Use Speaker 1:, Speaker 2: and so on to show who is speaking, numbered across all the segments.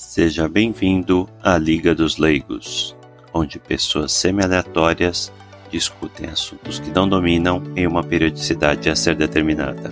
Speaker 1: Seja bem-vindo à Liga dos Leigos, onde pessoas semi-aleatórias discutem assuntos que não dominam em uma periodicidade a ser determinada.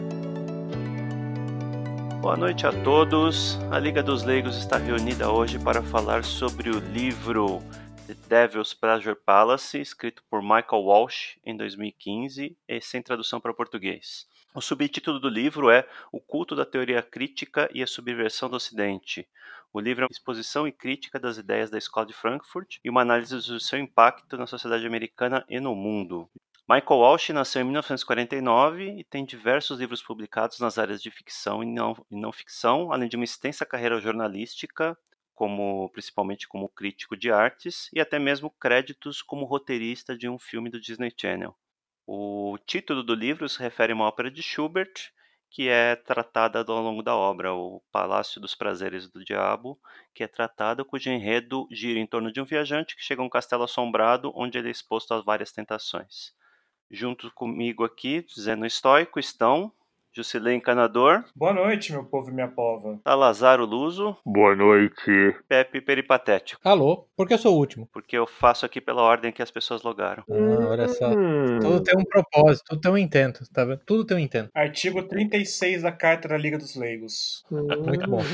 Speaker 1: Boa noite a todos. A Liga dos Leigos está reunida hoje para falar sobre o livro The Devil's Pleasure Palace, escrito por Michael Walsh em 2015 e sem tradução para português. O subtítulo do livro é O Culto da Teoria Crítica e a Subversão do Ocidente. O livro é uma exposição e crítica das ideias da Escola de Frankfurt e uma análise do seu impacto na sociedade americana e no mundo. Michael Walsh nasceu em 1949 e tem diversos livros publicados nas áreas de ficção e não ficção, além de uma extensa carreira jornalística, principalmente como crítico de artes, e até mesmo créditos como roteirista de um filme do Disney Channel. O título do livro se refere a uma ópera de Schubert, que é tratada ao longo da obra, o Palácio dos Prazeres do Diabo, que é tratada cujo enredo gira em torno de um viajante que chega a um castelo assombrado, onde ele é exposto a várias tentações. Junto comigo aqui, Zeno Estoico, estão Jusilei Encanador.
Speaker 2: Boa noite, meu povo e minha pova.
Speaker 1: Salazar Luso.
Speaker 3: Boa noite.
Speaker 1: Pepe Peripatético.
Speaker 4: Alô, por que eu sou o último?
Speaker 1: Porque eu faço aqui pela ordem que as pessoas logaram.
Speaker 4: Olha só. Tudo tem um propósito, tudo tem um intento, tá vendo? Tudo tem um intento.
Speaker 2: Artigo 36 da Carta da Liga dos Leigos.
Speaker 4: Muito bom.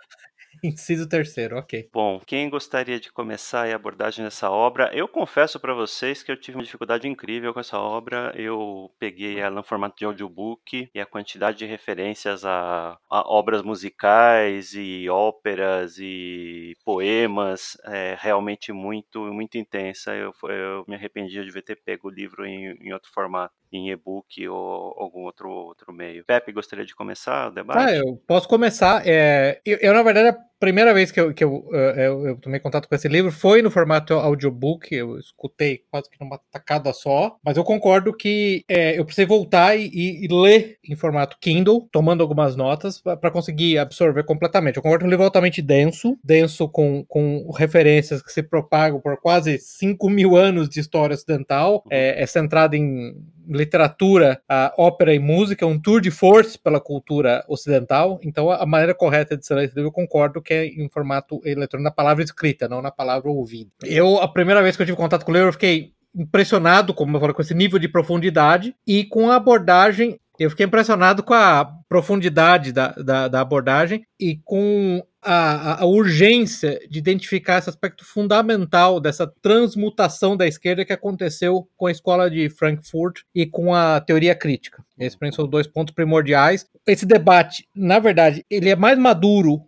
Speaker 4: Inciso 3º, ok.
Speaker 1: Bom, quem gostaria de começar a abordagem dessa obra? Eu confesso para vocês que eu tive uma dificuldade incrível com essa obra. Eu peguei ela no formato de audiobook e a quantidade de referências a obras musicais e óperas e poemas é realmente muito intensa. Eu me arrependi de ter pego o livro em outro formato, em e-book ou algum outro meio. Pepe, gostaria de começar o debate?
Speaker 4: Eu posso começar. Eu na verdade, a primeira vez que eu tomei contato com esse livro foi no formato audiobook. Eu escutei quase que numa tacada só, mas eu concordo que eu precisei voltar e ler em formato Kindle, tomando algumas notas para conseguir absorver completamente. Eu concordo que é um livro altamente denso com referências que se propagam por quase 5.000 anos de história ocidental. É centrado em literatura, ópera e música, um tour de force pela cultura ocidental. Então a maneira correta de ser esse livro, eu concordo que é em formato eletrônico, na palavra escrita, não na palavra ouvida. A primeira vez que eu tive contato com o livro, eu fiquei impressionado, como eu falei, com esse nível de profundidade e com a abordagem. Eu fiquei impressionado com a profundidade da abordagem e com a urgência de identificar esse aspecto fundamental dessa transmutação da esquerda que aconteceu com a Escola de Frankfurt e com a teoria crítica. Esses são os 2 pontos primordiais. Esse debate, na verdade, ele é mais maduro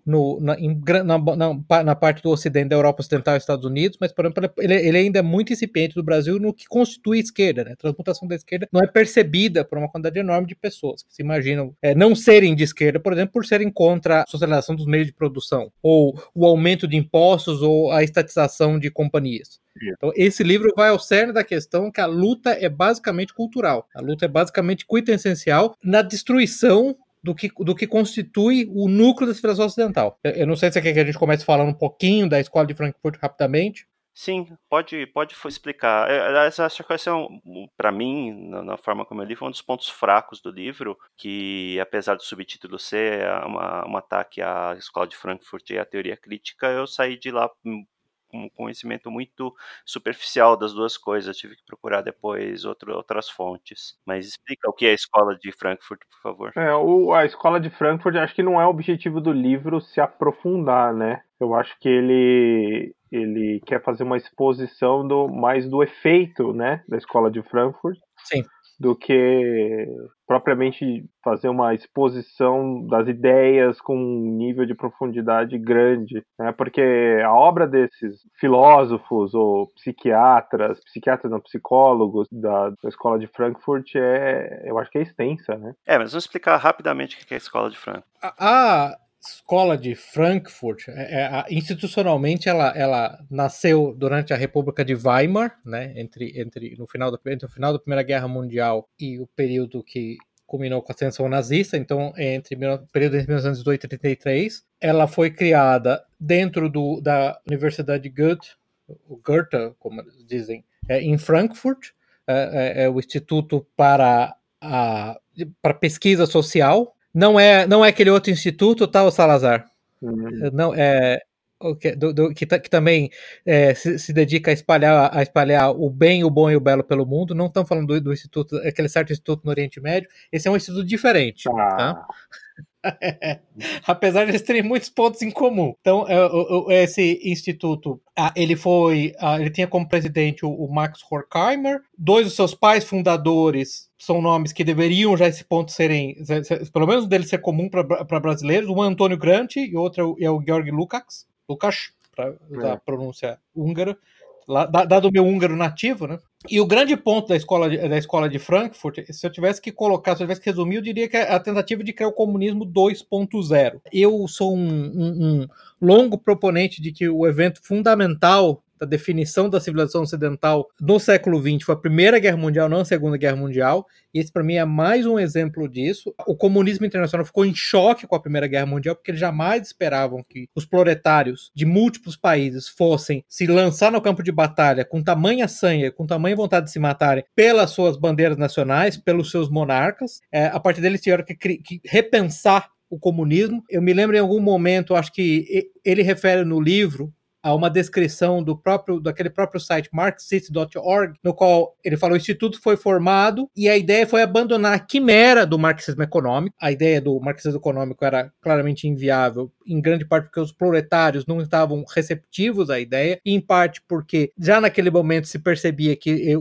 Speaker 4: na parte do Ocidente, da Europa Ocidental e Estados Unidos, mas, por exemplo, ele ainda é muito incipiente no Brasil no que constitui a esquerda. Né? A transmutação da esquerda não é percebida por uma quantidade enorme de pessoas que se imaginam não serem de esquerda, por exemplo, por serem contra a socialização dos meios de produção, ou o aumento de impostos, ou a estatização de companhias. Então, esse livro vai ao cerne da questão que a luta é basicamente cultural. A luta é basicamente quintessencial na destruição do que constitui o núcleo da civilização ocidental. Eu não sei se você quer que a gente comece falando um pouquinho da Escola de Frankfurt rapidamente.
Speaker 1: Sim, pode explicar. Acho que esse é, para mim, na forma como eu li, foi um dos pontos fracos do livro, que apesar do subtítulo ser um ataque à Escola de Frankfurt e à teoria crítica, eu saí de lá com um conhecimento muito superficial das duas coisas. Tive que procurar depois outras fontes. Mas explica o que é a Escola de Frankfurt, por favor.
Speaker 3: A Escola de Frankfurt, acho que não é o objetivo do livro se aprofundar, né? Eu acho que ele quer fazer uma exposição mais do efeito, né, da Escola de Frankfurt.
Speaker 4: Sim.
Speaker 3: Do que propriamente fazer uma exposição das ideias com um nível de profundidade grande, né? Porque a obra desses filósofos ou psiquiatras não, psicólogos da Escola de Frankfurt eu acho que é extensa, né?
Speaker 1: Mas vamos explicar rapidamente o que é a Escola de Frankfurt.
Speaker 4: A Escola de Frankfurt, institucionalmente, ela nasceu durante a República de Weimar, né, entre o final da Primeira Guerra Mundial e o período que culminou com a ascensão nazista. Então, entre o período de 1918 e 1933, ela foi criada dentro da Universidade Goethe, como eles dizem, em Frankfurt. É o Instituto para Pesquisa Social. Não é aquele outro instituto, tá, o Salazar? Não, que também se dedica a espalhar o bem, o bom e o belo pelo mundo. Não estamos falando do instituto, aquele certo instituto no Oriente Médio. Esse é um instituto diferente, tá? Apesar de eles terem muitos pontos em comum. Então, esse instituto, ele tinha como presidente o Max Horkheimer. 2 dos seus pais fundadores são nomes que deveriam já esse ponto pelo menos dele ser comum para brasileiros. Um é Antônio Gramsci e o outro é o Georg Lukács, para usar a pronúncia húngara, dado o meu húngaro nativo, né? E o grande ponto da escola de Frankfurt, se eu tivesse que resumir, eu diria que é a tentativa de criar o comunismo 2.0. Eu sou um longo proponente de que o evento fundamental da definição da civilização ocidental no século XX foi a Primeira Guerra Mundial, não a Segunda Guerra Mundial, e esse para mim é mais um exemplo disso. O comunismo internacional ficou em choque com a Primeira Guerra Mundial, porque eles jamais esperavam que os proletários de múltiplos países fossem se lançar no campo de batalha com tamanha sanha, com tamanha vontade de se matarem pelas suas bandeiras nacionais, pelos seus monarcas. A partir deles tiveram que repensar o comunismo. Eu me lembro em algum momento, acho que ele refere no livro a uma descrição daquele próprio site marxist.org, no qual ele falou: o Instituto foi formado e a ideia foi abandonar a quimera do marxismo econômico. A ideia do marxismo econômico era claramente inviável, em grande parte porque os proletários não estavam receptivos à ideia, e em parte porque já naquele momento se percebia que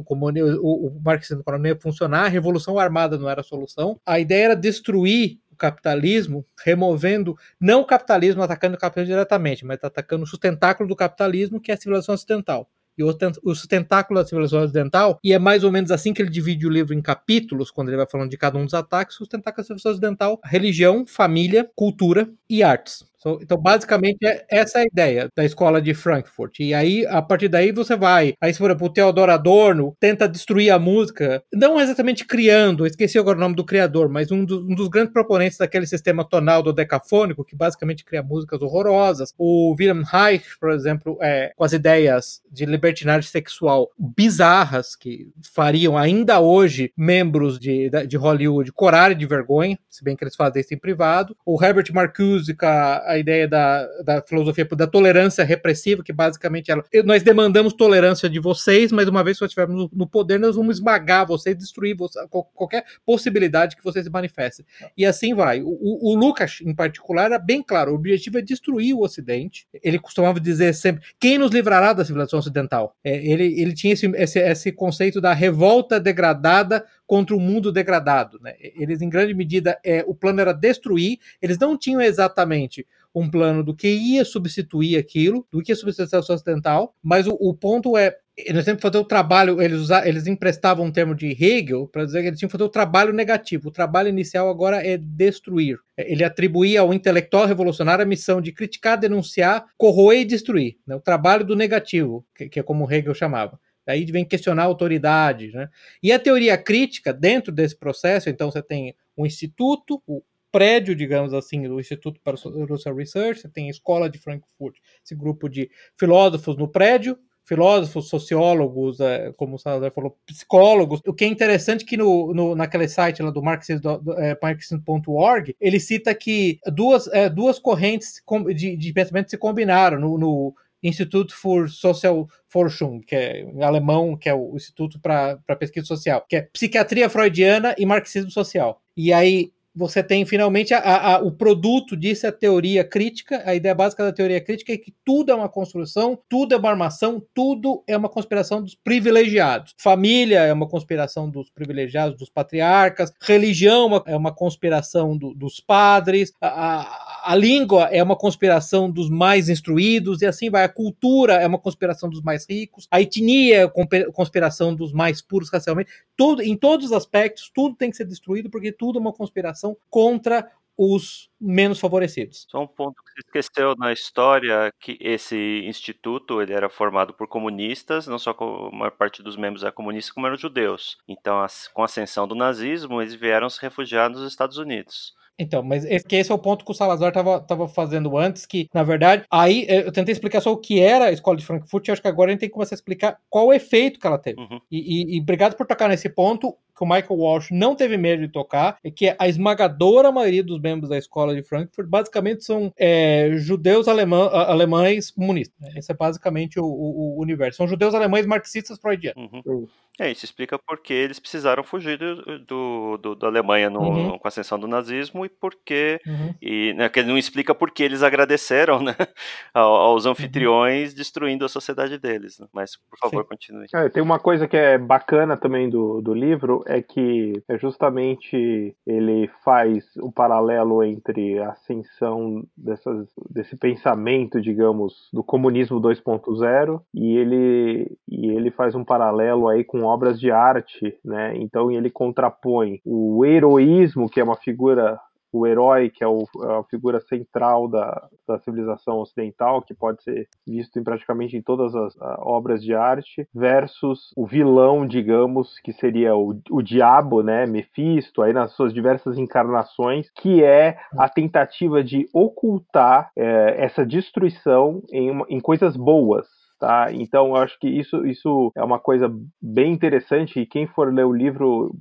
Speaker 4: o marxismo econômico não ia funcionar, a revolução armada não era a solução. A ideia era destruir capitalismo, removendo, não o capitalismo atacando o capitalismo diretamente, mas atacando o sustentáculo do capitalismo, que é a civilização ocidental. E o sustentáculo da civilização ocidental, e é mais ou menos assim que ele divide o livro em capítulos, quando ele vai falando de cada um dos ataques: o sustentáculo da civilização ocidental, religião, família, cultura e artes. Então, basicamente, essa é a ideia da escola de Frankfurt. E aí, a partir daí, você vai. Aí, por exemplo, o Theodor Adorno tenta destruir a música, não exatamente criando, eu esqueci agora o nome do criador, mas um dos grandes proponentes daquele sistema tonal do decafônico, que basicamente cria músicas horrorosas. O Wilhelm Reich, por exemplo, com as ideias de libertinagem sexual bizarras, que fariam ainda hoje membros de Hollywood corarem de vergonha, se bem que eles fazem isso em privado. O Herbert Marcuse, a ideia da filosofia da tolerância repressiva, que basicamente nós demandamos tolerância de vocês, mas uma vez que nós estivermos no poder, nós vamos esmagar vocês, destruir qualquer possibilidade que vocês se manifestem. E assim vai. O Lukács, em particular, era bem claro: o objetivo é destruir o Ocidente. Ele costumava dizer sempre: quem nos livrará da civilização ocidental? Ele tinha esse conceito da revolta degradada contra o mundo degradado, né? Eles, em grande medida, o plano era destruir. Eles não tinham exatamente um plano do que ia substituir aquilo, do que ia substituir a civilização ocidental, mas o ponto eles sempre fazer o trabalho, eles emprestavam um termo de Hegel para dizer que eles tinham que fazer o trabalho negativo. O trabalho inicial agora é destruir. Ele atribuía ao intelectual revolucionário a missão de criticar, denunciar, corroer e destruir, né? O trabalho do negativo, que é como Hegel chamava. Daí vem questionar a autoridade, né? E a teoria crítica, dentro desse processo, então você tem um instituto, o prédio, digamos assim, do Instituto para Russell Research, você tem a Escola de Frankfurt, esse grupo de filósofos no prédio, filósofos, sociólogos, como o Salazar falou, psicólogos. O que é interessante é que naquele site lá do marxism.org, ele cita que duas correntes de pensamento se combinaram no Instituto für Sozialforschung, que é em alemão, que é o Instituto para Pesquisa Social, que é psiquiatria freudiana e marxismo social. E aí você tem finalmente o produto disso, a teoria crítica. A ideia básica da teoria crítica é que tudo é uma construção, tudo é uma armação, tudo é uma conspiração dos privilegiados. Família é uma conspiração dos privilegiados, dos patriarcas. Religião é uma conspiração dos padres. A língua é uma conspiração dos mais instruídos, e assim vai. A cultura é uma conspiração dos mais ricos. A etnia é a conspiração dos mais puros racialmente. Em todos os aspectos, tudo tem que ser destruído, porque tudo é uma conspiração contra os menos favorecidos.
Speaker 1: Só um ponto que você esqueceu na história, que esse instituto ele era formado por comunistas, não só a maior parte dos membros era comunista, como eram judeus. Então, com a ascensão do nazismo, eles vieram se refugiar nos Estados Unidos.
Speaker 4: Então, mas esse é o ponto que o Salazar estava fazendo antes, que, na verdade, aí eu tentei explicar só o que era a Escola de Frankfurt, e acho que agora a gente tem que começar a explicar qual o efeito que ela teve.
Speaker 1: Uhum.
Speaker 4: E obrigado por tocar nesse ponto, que o Michael Walsh não teve medo de tocar é que a esmagadora maioria dos membros da escola de Frankfurt basicamente são judeus alemães comunistas. Né? Esse é basicamente o universo. São judeus alemães marxistas freudianos.
Speaker 1: Isso explica por que eles precisaram fugir da Alemanha com a ascensão do nazismo e por que... E, né, que ele não explica por que eles agradeceram, né, aos anfitriões destruindo a sociedade deles. Né? Mas, por favor, continue.
Speaker 3: Tem uma coisa que é bacana também do livro, é que justamente ele faz o paralelo entre a ascensão desse pensamento, digamos, do comunismo 2.0 e ele faz um paralelo aí com obras de arte, né? Então ele contrapõe o heroísmo, que é uma figura, o herói, que é a figura central da civilização ocidental, que pode ser visto praticamente em todas as obras de arte, versus o vilão, digamos, que seria o diabo, né, Mefisto, aí nas suas diversas encarnações, que é a tentativa de ocultar essa destruição em coisas boas. Tá? Então, eu acho que isso é uma coisa bem interessante, e quem for ler o livro,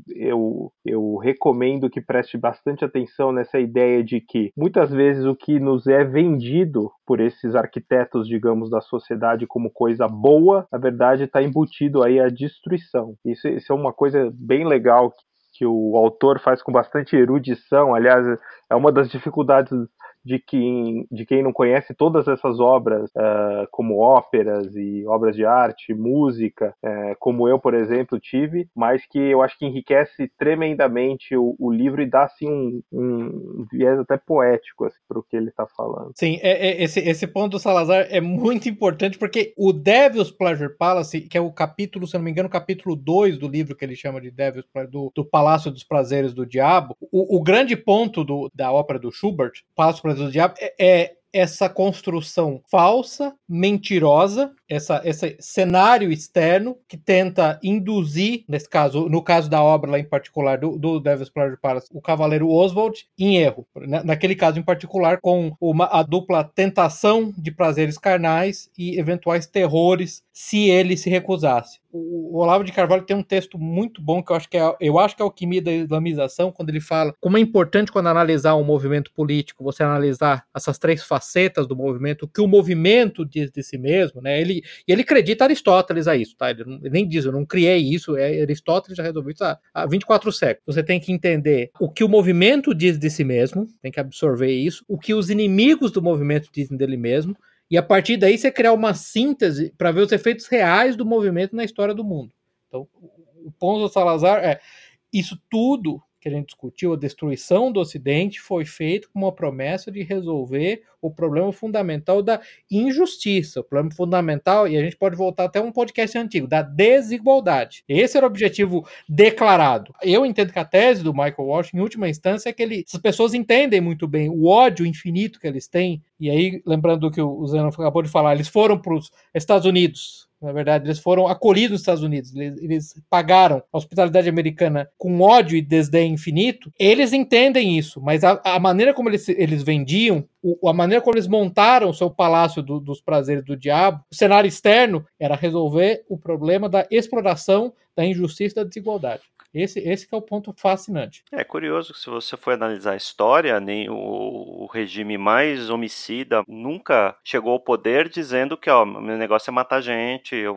Speaker 3: eu recomendo que preste bastante atenção nessa ideia de que, muitas vezes, o que nos é vendido por esses arquitetos, digamos, da sociedade como coisa boa, na verdade está embutido aí a destruição. Isso é uma coisa bem legal que o autor faz com bastante erudição. Aliás, é uma das dificuldades de quem não conhece todas essas obras, como óperas e obras de arte, música, como eu, por exemplo, tive, mas que eu acho que enriquece tremendamente o livro e dá assim, um viés até poético assim, para o que ele está falando.
Speaker 4: Sim, esse ponto do Salazar é muito importante, porque o Devil's Pleasure Palace, que é o capítulo, se não me engano, capítulo 2 do livro que ele chama de Devil's do Palácio dos Prazeres do Diabo, o grande ponto da ópera do Schubert, Palácio dos Prazeres do Diabo, é essa construção falsa, mentirosa, esse cenário externo que tenta induzir, no caso da obra lá em particular do Devil's Pleasure Palace, o cavaleiro Oswald, em erro. Naquele caso em particular, com a dupla tentação de prazeres carnais e eventuais terrores se ele se recusasse. O Olavo de Carvalho tem um texto muito bom que eu acho que é a Alquimia da Islamização, quando ele fala como é importante, quando analisar um movimento político, você analisar essas três facetas do movimento, o que o movimento diz de si mesmo, né? Ele acredita Aristóteles a isso, tá? Ele nem diz, eu não criei isso, Aristóteles já resolveu isso há 24 séculos. Você tem que entender o que o movimento diz de si mesmo, tem que absorver isso, o que os inimigos do movimento dizem dele mesmo, e a partir daí você criar uma síntese para ver os efeitos reais do movimento na história do mundo. Então, o ponto do Salazar é isso tudo que a gente discutiu, a destruição do Ocidente, foi feito com uma promessa de resolver o problema fundamental da injustiça, o problema fundamental, e a gente pode voltar até um podcast antigo, da desigualdade. Esse era o objetivo declarado. Eu entendo que a tese do Michael Walsh, em última instância, é que essas pessoas entendem muito bem o ódio infinito que eles têm, e aí, lembrando do que o Zeno acabou de falar, eles foram para os Estados Unidos. Na verdade, eles foram acolhidos nos Estados Unidos, eles pagaram a hospitalidade americana com ódio e desdém infinito. Eles entendem isso, mas a maneira como eles vendiam, a maneira como eles montaram o seu palácio dos prazeres do diabo, o cenário externo era resolver o problema da exploração, da injustiça e da desigualdade. Esse que é o ponto fascinante.
Speaker 1: É curioso que, se você for analisar a história, nem o regime mais homicida nunca chegou ao poder dizendo que meu negócio é matar gente, eu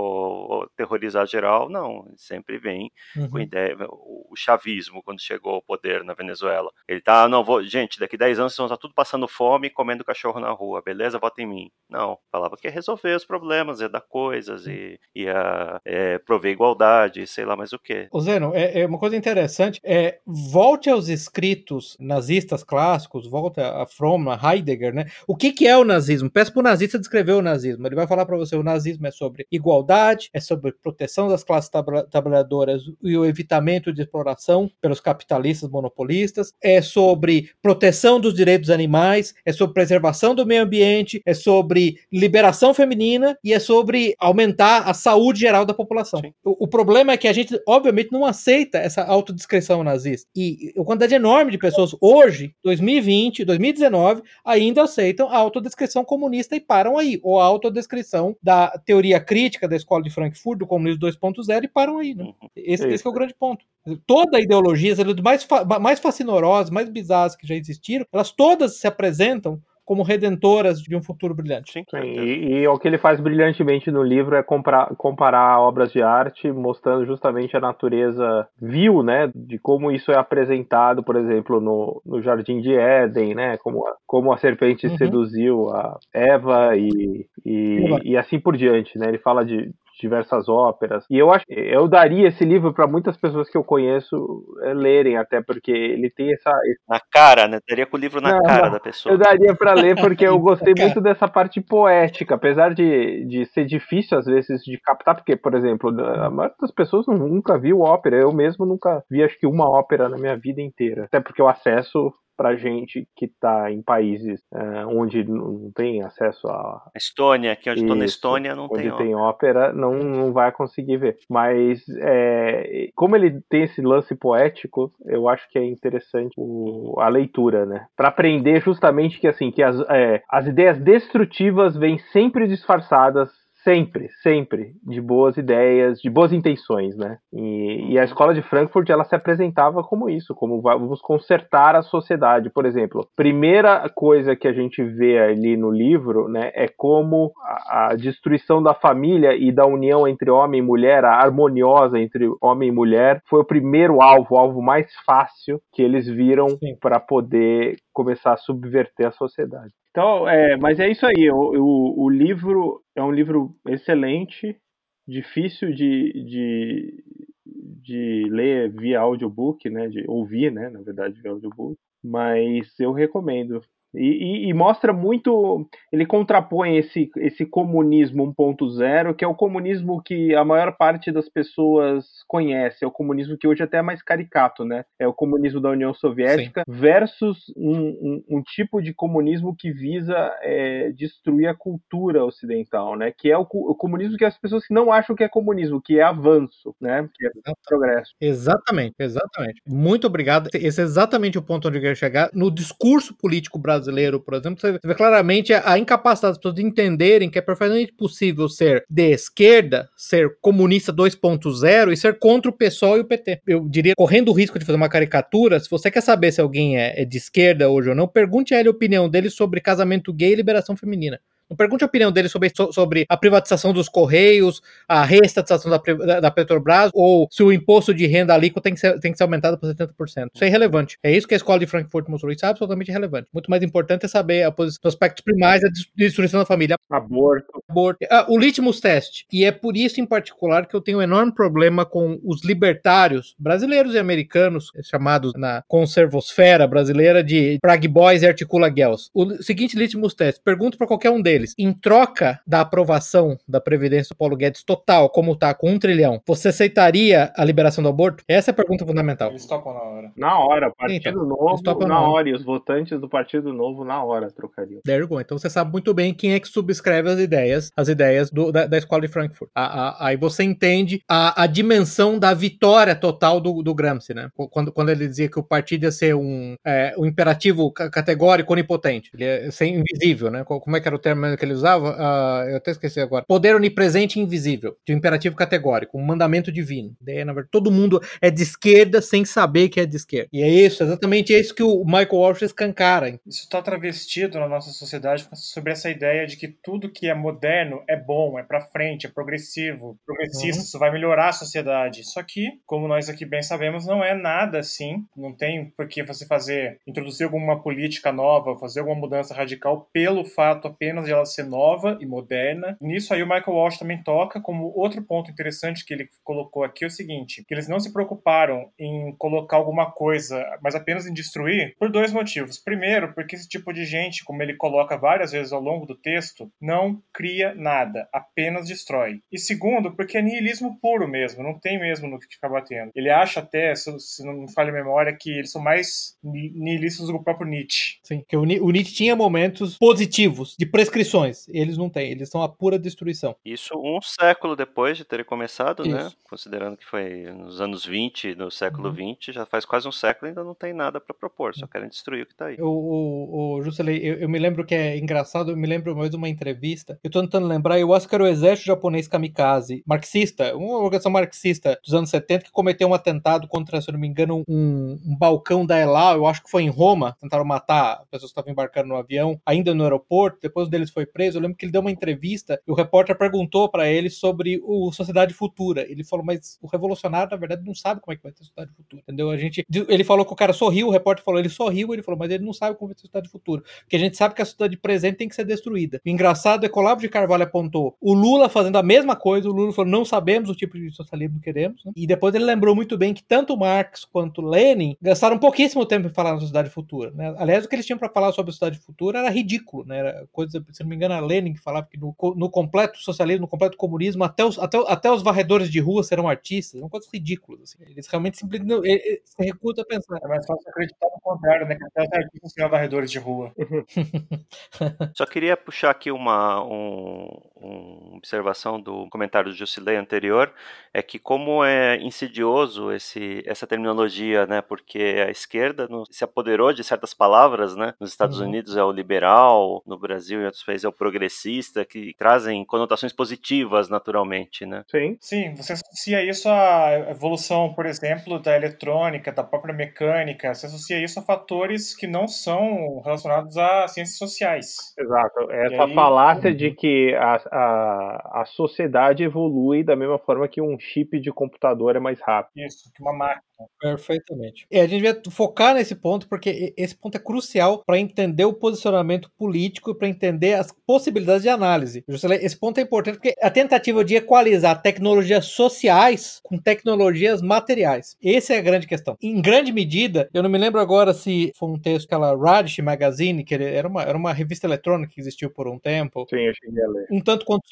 Speaker 1: vou terrorizar geral. Não, ele sempre vem com ideia. O chavismo, quando chegou ao poder na Venezuela, ele gente, daqui 10 anos vocês vão estar tudo passando fome e comendo cachorro na rua, beleza? Vota em mim. Não, falava que ia resolver os problemas, ia dar coisas, ia prover igualdade, sei lá mais o quê.
Speaker 4: Zeno, é uma coisa interessante, volte aos escritos nazistas clássicos, volte a Fromm, a Heidegger, né? O que é o nazismo? Peça para o nazista descrever o nazismo. Ele vai falar para você, o nazismo é sobre igualdade, é sobre proteção das classes trabalhadoras e o evitamento de exploração pelos capitalistas monopolistas, é sobre proteção dos direitos animais, é sobre preservação do meio ambiente, é sobre liberação feminina e é sobre aumentar a saúde geral da população. O problema é que a gente, obviamente, não aceita essa autodescrição nazista. E a quantidade enorme de pessoas hoje, 2020, 2019, ainda aceitam a autodescrição comunista e param aí. Ou a autodescrição da teoria crítica da escola de Frankfurt, do comunismo 2.0, e param aí, né? Esse é o grande ponto. Toda a ideologia, as mais fascinorosas, mais bizarras que já existiram, elas todas se apresentam como redentoras de um futuro brilhante.
Speaker 1: Sim,
Speaker 3: e o que ele faz brilhantemente no livro é comparar obras de arte, mostrando justamente a natureza vil, né, de como isso é apresentado, por exemplo, no Jardim de Éden, né, como a serpente seduziu a Eva e assim por diante, né, ele fala de diversas óperas, e eu daria esse livro para muitas pessoas que eu conheço lerem, até porque ele tem essa...
Speaker 1: Na cara, né? Daria com o livro na cara da pessoa.
Speaker 3: Eu daria para ler porque eu gostei muito dessa parte poética, apesar de ser difícil às vezes de captar, porque, por exemplo, a maioria das pessoas nunca viu ópera, eu mesmo nunca vi acho que uma ópera na minha vida inteira, até porque o acesso pra gente que tá em países onde não tem acesso a...
Speaker 1: Estônia, que onde eu tô na Estônia não
Speaker 3: onde tem ópera, não vai conseguir ver. Mas como ele tem esse lance poético, eu acho que é interessante a leitura, né? Pra aprender justamente que as ideias destrutivas vêm sempre disfarçadas, sempre, de boas ideias, de boas intenções, né? E a escola de Frankfurt, ela se apresentava como isso, como vamos consertar a sociedade. Por exemplo, primeira coisa que a gente vê ali no livro, né, é como a destruição da família e da união entre homem e mulher, a harmoniosa entre homem e mulher, foi o primeiro o alvo mais fácil que eles viram para poder começar a subverter a sociedade. Então, mas é isso aí, o livro é um livro excelente, difícil de ler via audiobook, né, de ouvir, né, na verdade, via audiobook, mas eu recomendo. E mostra muito, ele contrapõe esse comunismo 1.0, que é o comunismo que a maior parte das pessoas conhece, é o comunismo que hoje até é mais caricato, né? É o comunismo da União Soviética versus um tipo de comunismo que visa destruir a cultura ocidental, né? Que é o comunismo que as pessoas que não acham que é comunismo, que é avanço, né? Que é progresso.
Speaker 4: Exatamente. Muito obrigado. Esse é exatamente o ponto onde eu quero chegar. No discurso político brasileiro, por exemplo, você vê claramente a incapacidade das pessoas de entenderem que é perfeitamente possível ser de esquerda, ser comunista 2.0 e ser contra o PSOL e o PT. Eu diria, correndo o risco de fazer uma caricatura, se você quer saber se alguém é de esquerda hoje ou não, pergunte a ele a opinião dele sobre casamento gay e liberação feminina. Não pergunte a opinião dele sobre a privatização dos Correios, a reestatização da Petrobras, ou se o imposto de renda alíquota tem que ser aumentado para 70%. Isso é irrelevante. É isso que a escola de Frankfurt mostrou. Isso é absolutamente irrelevante. Muito mais importante é saber a posição dos aspectos primais da destruição da família.
Speaker 3: Aborto.
Speaker 4: O litmus test. E é por isso, em particular, que eu tenho um enorme problema com os libertários brasileiros e americanos, chamados na conservosfera brasileira de Prague Boys e Articula Girls. O seguinte litmus test. Pergunto para qualquer um deles. Em troca da aprovação da Previdência do Paulo Guedes total, como tá com 1 trilhão, você aceitaria a liberação do aborto? Essa é a pergunta fundamental.
Speaker 2: Eles topam na hora.
Speaker 3: Na hora, Partido Novo, na hora. E os votantes do Partido Novo, na hora, trocariam.
Speaker 4: There you go. Então você sabe muito bem quem é que subscreve as ideias da escola de Frankfurt. Aí você entende a dimensão da vitória total do Gramsci, né? Quando ele dizia que o partido ia ser um imperativo categórico onipotente. Ele ia ser invisível, né? Como é que era o termo que ele usava? Eu até esqueci agora. Poder onipresente e invisível, de um imperativo categórico, um mandamento divino. Daí, na verdade, todo mundo é de esquerda sem saber que é de esquerda. E é exatamente isso que o Michael Walsh escancara.
Speaker 2: Isso está travestido na nossa sociedade sobre essa ideia de que tudo que é moderno é bom, é pra frente, é progressivo, progressista, isso vai melhorar a sociedade. Só que, como nós aqui bem sabemos, não é nada assim. Não tem por que você introduzir alguma política nova, fazer alguma mudança radical pelo fato apenas de ela ser nova e moderna. Nisso aí o Michael Walsh também toca, como outro ponto interessante que ele colocou aqui é o seguinte, que eles não se preocuparam em colocar alguma coisa, mas apenas em destruir, por 2 motivos. Primeiro, porque esse tipo de gente, como ele coloca várias vezes ao longo do texto, não cria nada, apenas destrói. E segundo, porque é niilismo puro mesmo, não tem mesmo no que ficar batendo. Ele acha até, se não me falha a memória, que eles são mais nihilistas do que o próprio Nietzsche.
Speaker 4: Sim, que o Nietzsche tinha momentos positivos, de prescrição restrições. Eles não têm, eles são a pura destruição.
Speaker 1: Isso um século depois de terem começado, né?
Speaker 4: Isso.
Speaker 1: Considerando que foi nos anos 20 do século XX, já faz quase um século e ainda não tem nada para propor, só querem destruir o que tá aí.
Speaker 4: O Juscelin, eu me lembro que é engraçado, eu me lembro mais de uma entrevista, eu tô tentando lembrar, eu acho que era o exército japonês kamikaze, marxista, uma organização marxista dos anos 70 que cometeu um atentado contra, se eu não me engano, um balcão da ELA, eu acho que foi em Roma, tentaram matar pessoas que estavam embarcando no avião, ainda no aeroporto, depois um deles foi preso, eu lembro que ele deu uma entrevista e o repórter perguntou pra ele sobre o Sociedade Futura, ele falou, mas o revolucionário, na verdade, não sabe como é que vai ter Sociedade Futura, entendeu? Ele falou que o cara sorriu, o repórter falou, ele sorriu, ele falou, mas ele não sabe como vai ter Sociedade Futura, porque a gente sabe que a sociedade presente tem que ser destruída. O engraçado é que o Olavo de Carvalho apontou o Lula fazendo a mesma coisa, o Lula falou, não sabemos o tipo de socialismo que queremos, né? E depois ele lembrou muito bem que tanto Marx quanto Lenin gastaram pouquíssimo tempo em falar na sociedade futura, né? Aliás, o que eles tinham para falar sobre a sociedade futura era ridículo, né? Era coisa, se não me engano, era Lenin que falava que no completo socialismo, no completo comunismo, até os varredores de rua serão artistas, são coisas ridículas, assim. Eles realmente simplesmente se recusam a pensar.
Speaker 2: É mais fácil acreditar no contrário, né? Que até os artistas serão varredores de rua.
Speaker 1: Só queria puxar aqui uma observação do comentário do Jusilei anterior, é que como é insidioso essa terminologia, né, porque a esquerda se apoderou de certas palavras, né, nos Estados Unidos é o liberal, no Brasil e em outros países é o progressista, que trazem conotações positivas naturalmente, né.
Speaker 2: Sim, você associa isso à evolução, por exemplo, da eletrônica, da própria mecânica, você associa isso a fatores que não são relacionados a ciências sociais.
Speaker 3: Exato. Essa falácia de que a sociedade evolui da mesma forma que um chip de computador é mais rápido.
Speaker 2: Isso, que uma máquina.
Speaker 4: Perfeitamente. A gente vai focar nesse ponto porque esse ponto é crucial para entender o posicionamento político e para entender as possibilidades de análise. Esse ponto é importante porque a tentativa de equalizar tecnologias sociais com tecnologias materiais. Essa é a grande questão. Em grande medida, eu não me lembro agora se foi um texto aquela Radish Magazine, que era uma revista eletrônica que existiu por um tempo.
Speaker 3: Sim, eu cheguei a ler.
Speaker 4: Um tanto quanto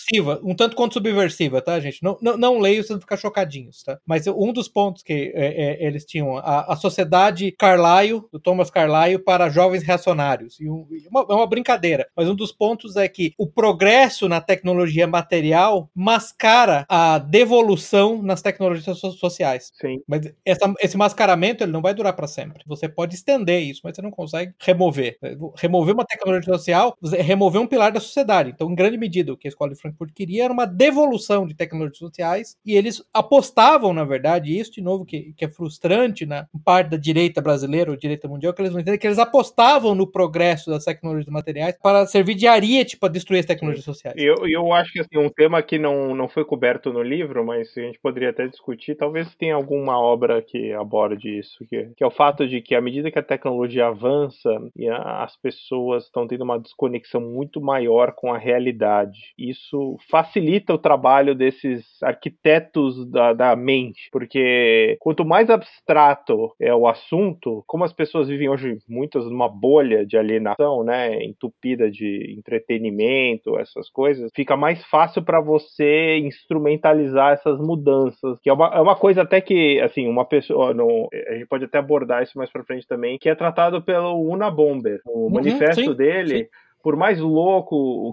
Speaker 4: subversiva, tá, gente? Não leio, vocês vão ficar chocadinhos, tá? Mas um dos pontos que eles tinham a Sociedade Carlyle, do Thomas Carlyle, para jovens reacionários. É uma brincadeira, mas um dos pontos é que o progresso na tecnologia material mascara a devolução nas tecnologias sociais.
Speaker 3: Sim.
Speaker 4: Mas esse mascaramento ele não vai durar para sempre. Você pode estender isso, mas você não consegue remover. Remover uma tecnologia social, remover um pilar da sociedade. Então, em grande medida, o que a Escola de Frankfurt queria era uma devolução de tecnologias sociais, e eles apostavam, na verdade, isso de novo que é frustrante na parte da direita brasileira ou direita mundial, que eles não entendem, que eles apostavam no progresso das tecnologias materiais para servir de ariete para destruir as tecnologias sociais.
Speaker 3: Eu acho que assim, um tema que não foi coberto no livro, mas a gente poderia até discutir, talvez tenha alguma obra que aborde isso, que é o fato de que à medida que a tecnologia avança e as pessoas estão tendo uma desconexão muito maior com a realidade, isso facilita o trabalho desses arquitetos da mente, porque quanto mais abstrato é o assunto, como as pessoas vivem hoje muitas numa bolha de alienação, né, entupida de entretenimento, essas coisas, fica mais fácil para você instrumentalizar essas mudanças, que é uma coisa até que, assim, uma pessoa, a gente pode até abordar isso mais para frente também, que é tratado pelo Unabomber, o manifesto dele. Sim. Por mais louco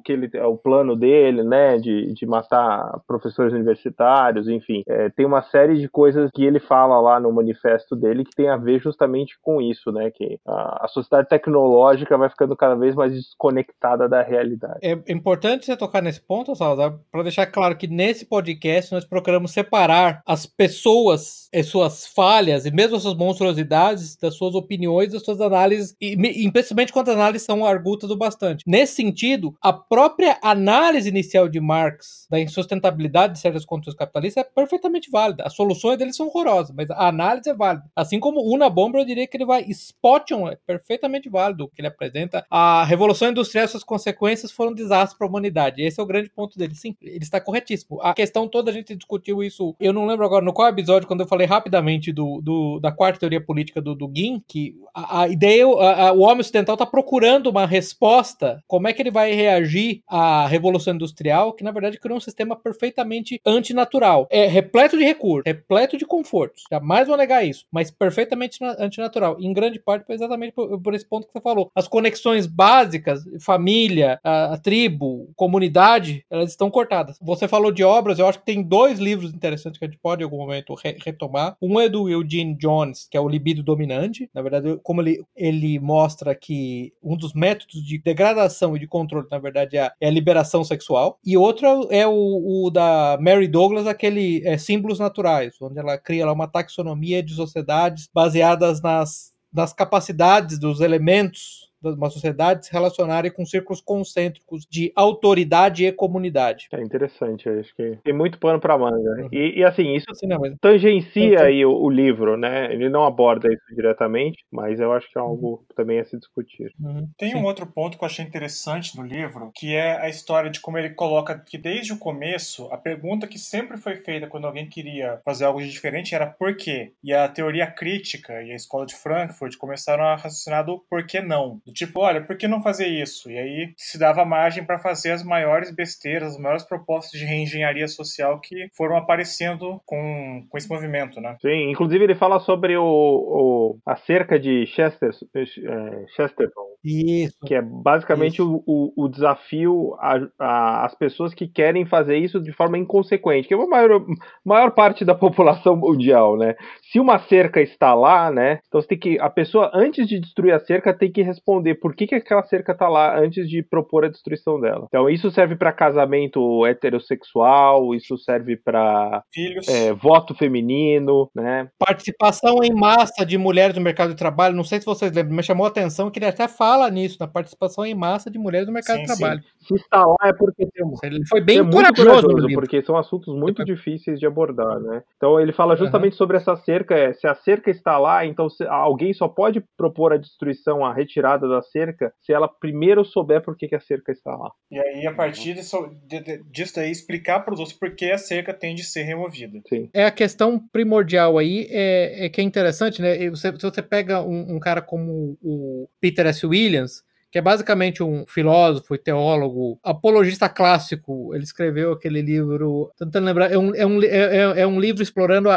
Speaker 3: o plano dele, né, de matar professores universitários, enfim, tem uma série de coisas que ele fala lá no manifesto dele que tem a ver justamente com isso, né, que a sociedade tecnológica vai ficando cada vez mais desconectada da realidade.
Speaker 4: É importante você tocar nesse ponto, Salazar, para deixar claro que nesse podcast nós procuramos separar as pessoas, as suas falhas e mesmo as suas monstruosidades das suas opiniões, das suas análises, e principalmente quando as análises são argutas o bastante. Nesse sentido, a própria análise inicial de Marx da insustentabilidade de certas condições capitalistas é perfeitamente válida. As soluções deles são horrorosas, mas a análise é válida. Assim como o Unabomber, eu diria que ele vai... Spottion é perfeitamente válido o que ele apresenta. A Revolução Industrial e suas consequências foram um desastre para a humanidade. Esse é o grande ponto dele. Sim, ele está corretíssimo. A questão toda, a gente discutiu isso, eu não lembro agora no qual episódio, quando eu falei rapidamente da quarta teoria política do Guin, que a ideia, o homem ocidental está procurando uma resposta mostra como é que ele vai reagir à Revolução Industrial, que na verdade criou um sistema perfeitamente antinatural. É repleto de recursos, repleto de confortos. Jamais vou negar isso, mas perfeitamente antinatural. Em grande parte, exatamente por esse ponto que você falou. As conexões básicas, família, a tribo, comunidade, elas estão cortadas. Você falou de obras, eu acho que tem 2 livros interessantes que a gente pode em algum momento retomar. Um é do Eugene Jones, que é o Libido Dominante. Na verdade, como ele mostra que um dos métodos de degradação e de controle, na verdade, é a liberação sexual. E outro é o da Mary Douglas, aquele Símbolos Naturais, onde ela cria lá uma taxonomia de sociedades baseadas nas capacidades dos elementos de uma sociedade se relacionarem com círculos concêntricos de autoridade e comunidade.
Speaker 3: É interessante, acho que tem muito pano para manga. E assim, isso
Speaker 4: Assim, não, mas...
Speaker 3: tangencia aí o livro, né? Ele não aborda isso diretamente, mas eu acho que é algo também a se discutir.
Speaker 2: Tem um outro ponto que eu achei interessante no livro, que é a história de como ele coloca que desde o começo, a pergunta que sempre foi feita quando alguém queria fazer algo de diferente era por quê? E a teoria crítica e a escola de Frankfurt começaram a raciocinar do por que não. Tipo, olha, por que não fazer isso? E aí se dava margem para fazer as maiores besteiras, as maiores propostas de reengenharia social que foram aparecendo com esse movimento, né?
Speaker 3: Sim, inclusive ele fala sobre a cerca de Chesterton.
Speaker 4: Isso.
Speaker 3: Que é basicamente o desafio às pessoas que querem fazer isso de forma inconsequente, que é a maior parte da população mundial, né? Se uma cerca está lá, né? Então a pessoa, antes de destruir a cerca, tem que responder por que aquela cerca está lá antes de propor a destruição dela. Então isso serve para casamento heterossexual, isso serve para voto feminino, né?
Speaker 4: Participação em massa de mulheres no mercado de trabalho, não sei se vocês lembram, mas chamou a atenção que ele até fala nisso, na participação em massa de mulheres no mercado de trabalho.
Speaker 3: Se está lá é porque
Speaker 4: ele foi bem
Speaker 3: muito corajoso porque são assuntos muito difíceis de abordar, né? Então ele fala justamente sobre essa cerca, se a cerca está lá, então alguém só pode propor a destruição, a retirada da cerca, se ela primeiro souber por que a cerca está lá.
Speaker 2: E aí, a partir disso daí, explicar para os outros por que a cerca tem de ser removida.
Speaker 3: Sim.
Speaker 4: É a questão primordial aí, que é interessante, né? Se você pega um cara como o Peter S. Williams, que é basicamente um filósofo e teólogo, apologista clássico. Ele escreveu aquele livro, tentando lembrar, é um livro explorando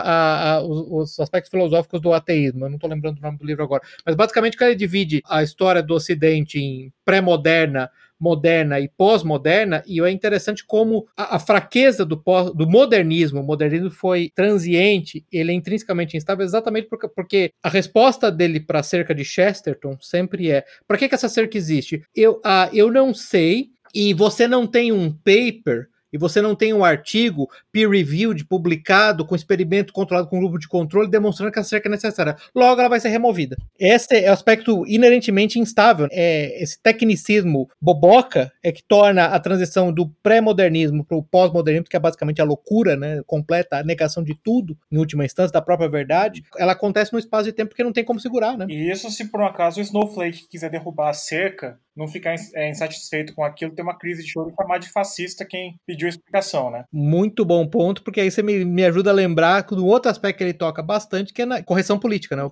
Speaker 4: os aspectos filosóficos do ateísmo. Eu não estou lembrando o nome do livro agora. Mas basicamente ele divide a história do Ocidente em pré-moderna, moderna e pós-moderna, e é interessante como a fraqueza do modernismo, o modernismo foi transiente, ele é intrinsecamente instável, exatamente porque a resposta dele para a cerca de Chesterton sempre é: para que essa cerca existe? Eu não sei, e você não tem um paper, e você não tem um artigo peer-reviewed, publicado, com experimento controlado com um grupo de controle, demonstrando que a cerca é necessária. Logo, ela vai ser removida. Esse é o aspecto inerentemente instável. Esse tecnicismo boboca é que torna a transição do pré-modernismo para o pós-modernismo, que é basicamente a loucura, né, completa, a negação de tudo, em última instância, da própria verdade. Ela acontece num espaço de tempo que não tem como segurar, né?
Speaker 2: E isso, se por um acaso o Snowflake quiser derrubar a cerca, não ficar insatisfeito com aquilo, ter uma crise de choro e chamar de fascista quem pediu explicação, né?
Speaker 4: Muito bom ponto, porque aí você me ajuda a lembrar do outro aspecto que ele toca bastante, que é na correção política, né?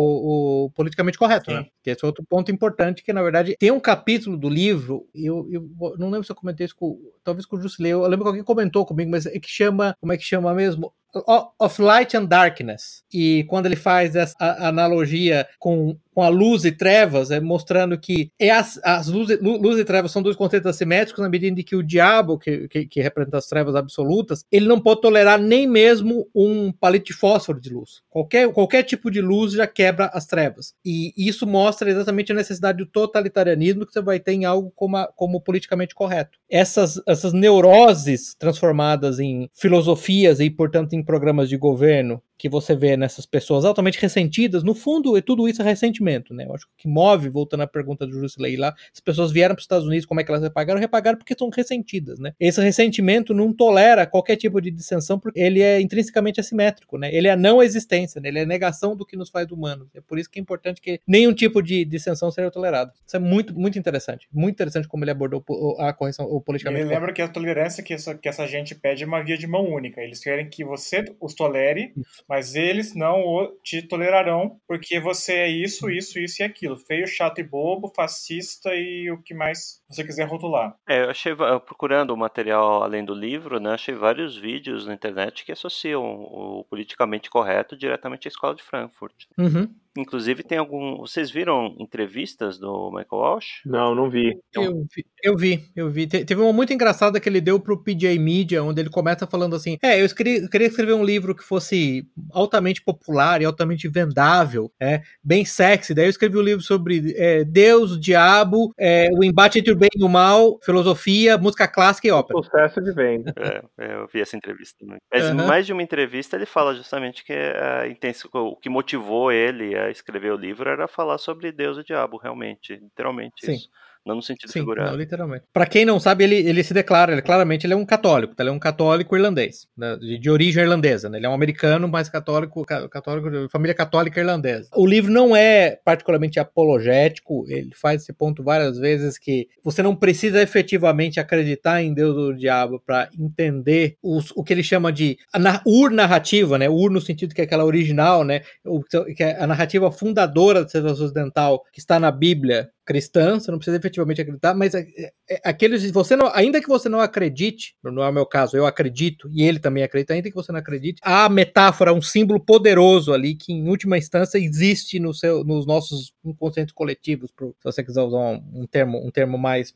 Speaker 4: O politicamente correto, né? Que esse é outro ponto importante, que na verdade tem um capítulo do livro, eu não lembro se eu comentei isso talvez com o Jusilei, eu lembro que alguém comentou comigo, mas é que chama, como é que chama mesmo? Of Light and Darkness. E quando ele faz essa analogia com a luz e trevas, mostrando que as luz e trevas são dois conceitos assimétricos, na medida em que o diabo, que representa as trevas absolutas, ele não pode tolerar nem mesmo um palito de fósforo de luz. Qualquer tipo de luz já quebra as trevas. E isso mostra exatamente a necessidade do totalitarismo que você vai ter em algo como politicamente correto. Essas neuroses transformadas em filosofias e, portanto, em programas de governo que você vê nessas pessoas altamente ressentidas, no fundo, tudo isso é ressentimento, né? Eu acho que o que move, voltando à pergunta do Jusilei lá, as pessoas vieram para os Estados Unidos, como é que elas repagaram porque são ressentidas, né? Esse ressentimento não tolera qualquer tipo de dissensão, porque ele é intrinsecamente assimétrico, né? Ele é a não existência, né? Ele é a negação do que nos faz humanos. É por isso que é importante que nenhum tipo de dissensão seja tolerado. Isso é muito, muito interessante. Muito interessante como ele abordou a correção, o politicamente.
Speaker 2: Ele lembra que a tolerância que essa gente pede é uma via de mão única. Eles querem que você os tolere, mas eles não te tolerarão porque você é isso e aquilo. Feio, chato e bobo, fascista e o que mais você quiser rotular.
Speaker 1: Eu achei, procurando o material além do livro, né, achei vários vídeos na internet que associam o politicamente correto diretamente à escola de Frankfurt.
Speaker 4: Uhum.
Speaker 1: Inclusive tem vocês viram entrevistas do Michael Walsh?
Speaker 3: Não vi.
Speaker 4: Eu vi. Teve uma muito engraçada que ele deu pro PJ Media, onde ele começa falando assim, eu queria escrever um livro que fosse altamente popular e altamente vendável, bem sexy. Daí eu escrevi um livro sobre Deus, o diabo, o embate entre o bem e o mal, filosofia, música clássica e ópera.
Speaker 3: Sucesso de venda.
Speaker 1: Eu vi essa entrevista também. Mas mais de uma entrevista ele fala justamente que o que motivou ele a escrever o livro era falar sobre Deus e o diabo, realmente, literalmente.
Speaker 4: Sim.
Speaker 1: Isso. Não no sentido
Speaker 4: Sim,
Speaker 1: figurado.
Speaker 4: Não, literalmente. Pra quem não sabe, ele se declara, claramente ele é um católico, tá? Ele é um católico irlandês, né? de origem irlandesa, né? Ele é um americano, mas católico, família católica irlandesa. O livro não é particularmente apologético, ele faz esse ponto várias vezes que você não precisa efetivamente acreditar em Deus ou o diabo para entender o que ele chama de ur-narrativa, né? Ur no sentido que é aquela original, né? Que é a narrativa fundadora da civilização ocidental que está na Bíblia cristã, você não precisa efetivamente acreditar, mas aqueles, ainda que você não acredite, não é o meu caso, eu acredito, e ele também acredita, ainda que você não acredite, há a metáfora, um símbolo poderoso ali, que em última instância existe nos nossos inconscientes coletivos, se você quiser usar um termo mais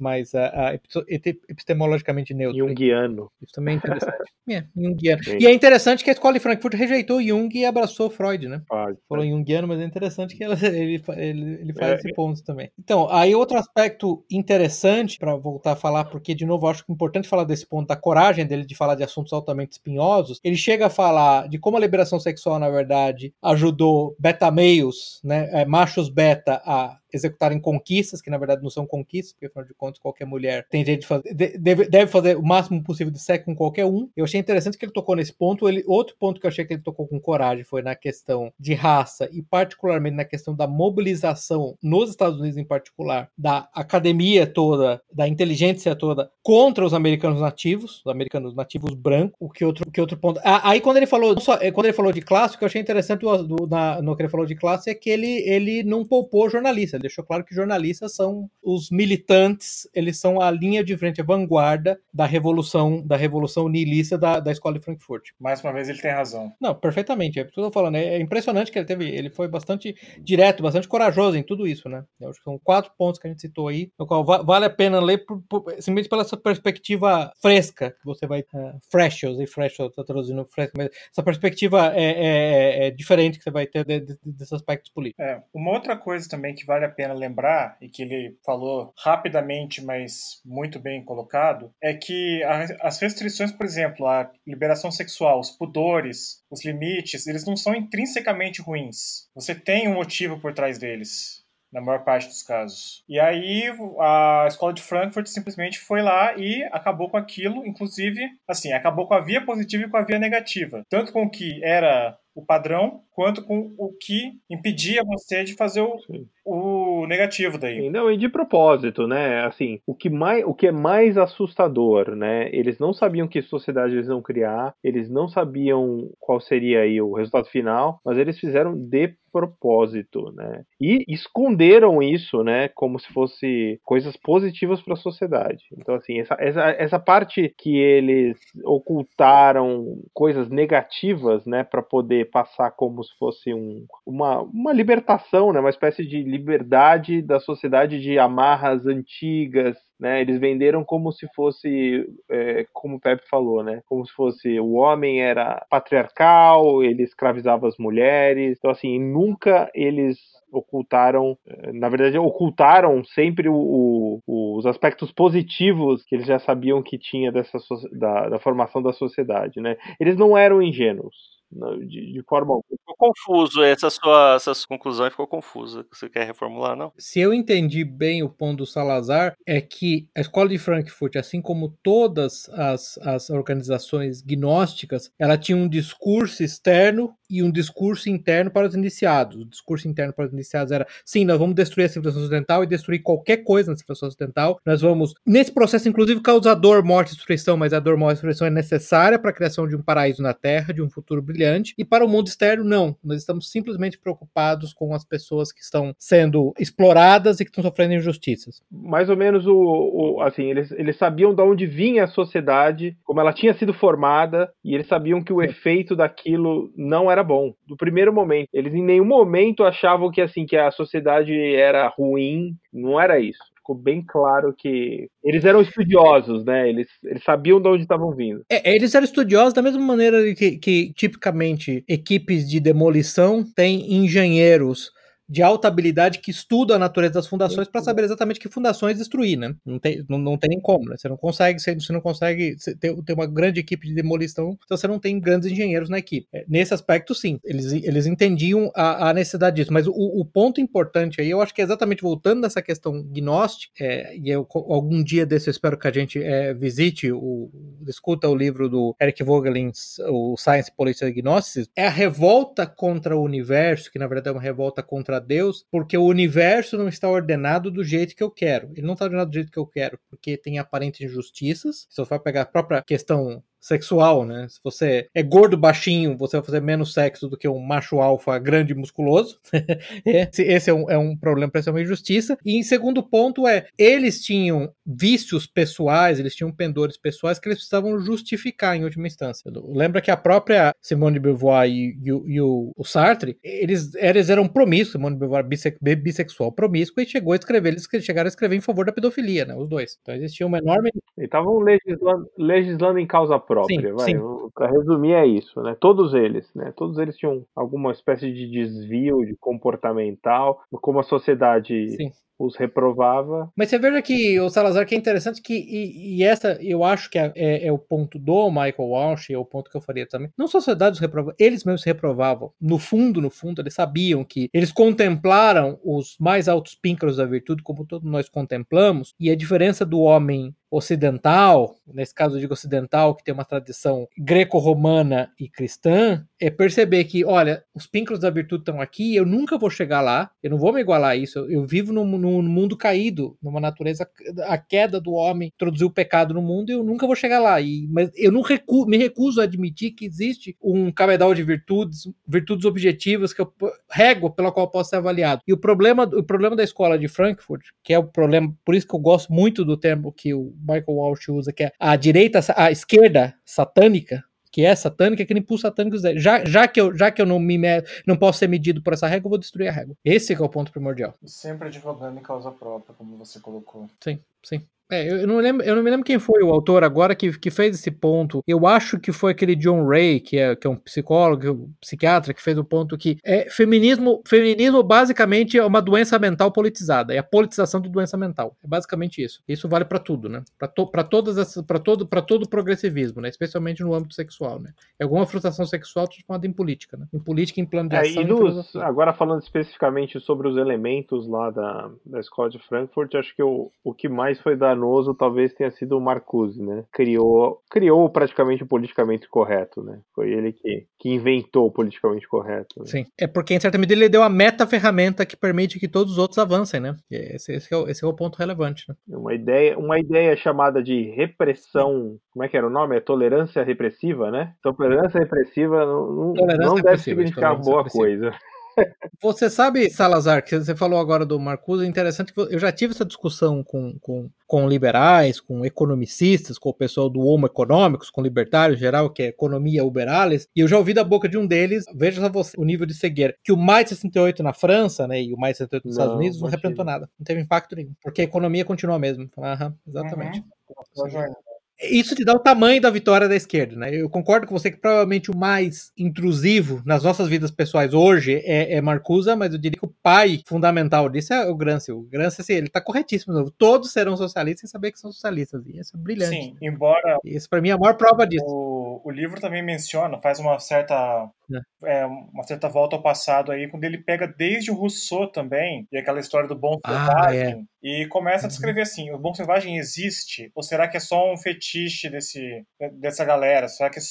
Speaker 4: epistemologicamente neutro.
Speaker 3: Junguiano.
Speaker 4: Isso também é interessante. Junguiano. E é interessante que a escola de Frankfurt rejeitou Jung e abraçou Freud, né? Falou Jungiano, mas é interessante que ele faz esse ponto também. Então, aí outro aspecto interessante, para voltar a falar, porque de novo eu acho que é importante falar desse ponto da coragem dele de falar de assuntos altamente espinhosos, ele chega a falar de como a liberação sexual, na verdade, ajudou beta-males, né, machos beta a executarem conquistas, que na verdade não são conquistas, porque afinal de contas qualquer mulher tem jeito de fazer, deve fazer o máximo possível de sexo com qualquer um. Eu achei interessante que ele tocou nesse ponto. Outro ponto que eu achei que ele tocou com coragem foi na questão de raça e particularmente na questão da mobilização nos Estados Unidos em particular, da academia toda, da inteligência toda contra os americanos nativos, os americanos nativos brancos. O que outro ponto? Aí quando ele falou de classe, o que eu achei interessante no que ele falou de classe é que ele não poupou jornalistas. Ele deixou claro que jornalistas são os militantes, eles são a linha de frente, a vanguarda da revolução niilista da escola de Frankfurt.
Speaker 2: Mais uma vez ele tem razão.
Speaker 4: Não, perfeitamente, é o que eu tô falando. É impressionante que ele foi bastante direto, bastante corajoso em tudo isso, né? Eu acho que são 4 pontos que a gente citou aí, no qual vale a pena ler simplesmente pela essa perspectiva fresca que você vai... fresh, eu usei fresh, eu tô traduzindo fresco, mas essa perspectiva é diferente que você vai ter desses aspectos políticos.
Speaker 2: Uma outra coisa também que vale a pena lembrar, e que ele falou rapidamente, mas muito bem colocado, é que as restrições, por exemplo, a liberação sexual, os pudores, os limites, eles não são intrinsecamente ruins. Você tem um motivo por trás deles, na maior parte dos casos. E aí a escola de Frankfurt simplesmente foi lá e acabou com aquilo, inclusive, assim, acabou com a via positiva e com a via negativa. Tanto com o que era o padrão, quanto com o que impedia você de fazer o negativo daí.
Speaker 3: Não, e de propósito, né? Assim, o que é mais assustador, né? Eles não sabiam que sociedade eles iam criar, eles não sabiam qual seria aí o resultado final, mas eles fizeram de propósito, né? E esconderam isso, né? Como se fosse coisas positivas para a sociedade. Então, assim, essa parte que eles ocultaram coisas negativas, né? Para poder passar como se fosse uma libertação, né? Uma espécie de liberdade da sociedade de amarras antigas, né? Eles venderam como se fosse, como o Pepe falou, né? Como se fosse o homem era patriarcal, ele escravizava as mulheres. Então, assim, nunca eles ocultaram, na verdade, ocultaram sempre os aspectos positivos que eles já sabiam que tinha da formação da sociedade, né? Eles não eram ingênuos. De forma alguma.
Speaker 1: Ficou confuso, essas conclusões ficou confusa. Você quer reformular, não?
Speaker 4: Se eu entendi bem o ponto do Salazar, é que a escola de Frankfurt, assim como todas as organizações gnósticas, ela tinha um discurso externo e um discurso interno para os iniciados. O discurso interno para os iniciados era, sim, nós vamos destruir a civilização ocidental e destruir qualquer coisa na civilização ocidental. Nós vamos, nesse processo, inclusive, causar dor, morte e destruição, mas a dor, morte e destruição é necessária para a criação de um paraíso na Terra, de um futuro brilhante. E para o mundo externo, não. Nós estamos simplesmente preocupados com as pessoas que estão sendo exploradas e que estão sofrendo injustiças.
Speaker 3: Mais ou menos, assim, eles sabiam de onde vinha a sociedade, como ela tinha sido formada, e eles sabiam que o efeito daquilo não era bom. Do primeiro momento. Eles em nenhum momento achavam que, assim, que a sociedade era ruim. Não era isso. Ficou bem claro que eles eram estudiosos, né? Eles sabiam de onde estavam vindo.
Speaker 4: Eles eram estudiosos da mesma maneira que tipicamente equipes de demolição têm engenheiros de alta habilidade que estudam a natureza das fundações para saber exatamente que fundações destruir, né? Não tem nem como, né? Você não consegue ter uma grande equipe de demolição se você não tem grandes engenheiros na equipe. Nesse aspecto, sim, eles entendiam a necessidade disso, mas o ponto importante aí, eu acho que é exatamente voltando nessa questão gnóstica, e algum dia desse eu espero que a gente visite, discuta o livro do Eric Voegelin, o Science, Politics and Gnosticism, é a revolta contra o universo, que na verdade é uma revolta contra Deus, porque o universo não está ordenado do jeito que eu quero. Ele não está ordenado do jeito que eu quero, porque tem aparentes injustiças. Se você vai pegar a própria questão sexual, né? Se você é gordo, baixinho, você vai fazer menos sexo do que um macho alfa grande e musculoso. Esse é um problema para essa injustiça. E em segundo ponto eles tinham vícios pessoais, eles tinham pendores pessoais que eles precisavam justificar em última instância. Lembra que a própria Simone de Beauvoir e o Sartre, eles eram promíscuos. Simone de Beauvoir bissexual promíscua, e eles chegaram a escrever em favor da pedofilia, né? Os dois. Então existia uma enorme...
Speaker 3: E estavam legislando em causa própria, para resumir é isso, né? Todos eles tinham alguma espécie de desvio de comportamental, como a sociedade os reprovava.
Speaker 4: Mas você veja que o Salazar, que é interessante, que essa eu acho que é o ponto do Michael Walsh, é o ponto que eu faria também. Não só a sociedade os reprovavam, eles mesmos se reprovavam. No fundo, eles sabiam que eles contemplaram os mais altos píncaros da virtude, como todos nós contemplamos, e a diferença do homem ocidental, nesse caso eu digo ocidental, que tem uma tradição greco-romana e cristã, é perceber que, olha, os píncaros da virtude estão aqui, eu nunca vou chegar lá, eu não vou me igualar a isso, eu vivo num mundo caído, numa natureza, a queda do homem introduziu o pecado no mundo, e eu nunca vou chegar lá, mas eu não me recuso a admitir que existe um cabedal de virtudes objetivas, que eu régua pela qual posso ser avaliado. E o problema da escola de Frankfurt, que é o problema, por isso que eu gosto muito do termo que o Michael Walsh usa, que é a esquerda satânica, que é satânica, que impulso satânico. Já que eu não posso ser medido por essa régua, eu vou destruir a régua. Esse que é o ponto primordial.
Speaker 2: Sempre advogando em causa própria, como você colocou.
Speaker 4: Sim. Eu não me lembro quem foi o autor agora que fez esse ponto. Eu acho que foi aquele John Ray, que é um psicólogo, um psiquiatra, que fez o ponto que feminismo basicamente é uma doença mental politizada. É a politização de doença mental. É basicamente isso. Isso vale para tudo, né? Para todo o progressivismo, né? Especialmente no âmbito sexual, né? É alguma frustração sexual transformada em política, né? Em política, em plano de ação.
Speaker 3: Agora falando especificamente sobre os elementos lá da escola de Frankfurt, acho que o que mais foi danoso talvez tenha sido o Marcuse, né? Criou praticamente o politicamente correto, né? Foi ele que inventou o politicamente correto. Né?
Speaker 4: Sim, é porque em certa medida ele deu a meta-ferramenta que permite que todos os outros avancem, né? Esse é o ponto relevante, né?
Speaker 3: Uma ideia chamada de repressão, como é que era o nome? É tolerância repressiva, né? Então, tolerância repressiva não deve significar boa coisa.
Speaker 4: Você sabe, Salazar, que você falou agora do Marcuse, é interessante que eu já tive essa discussão com liberais, com economicistas, com o pessoal do Homo Econômicos, com libertários em geral, que é economia uberales, e eu já ouvi da boca de um deles, veja só você, o nível de cegueira, que o mais 68 na França, né, e o mais 68 nos Estados Unidos não representou nada, não teve impacto nenhum, porque a economia continua a mesma. Exatamente. Isso te dá o tamanho da vitória da esquerda, né? Eu concordo com você que provavelmente o mais intrusivo nas nossas vidas pessoais hoje é Marcuse, mas eu diria que o pai fundamental disso é o Gramsci. O Gramsci, assim, ele tá corretíssimo. Todos serão socialistas sem saber que são socialistas. E isso é brilhante.
Speaker 2: Sim, embora...
Speaker 4: Isso pra mim é a maior prova disso.
Speaker 2: O livro também menciona, faz uma certa volta ao passado aí, quando ele pega desde o Rousseau também, e aquela história do bom selvagem, e começa a descrever assim, o bom selvagem existe? Ou será que é só um fetiche fetiche dessa galera? Será que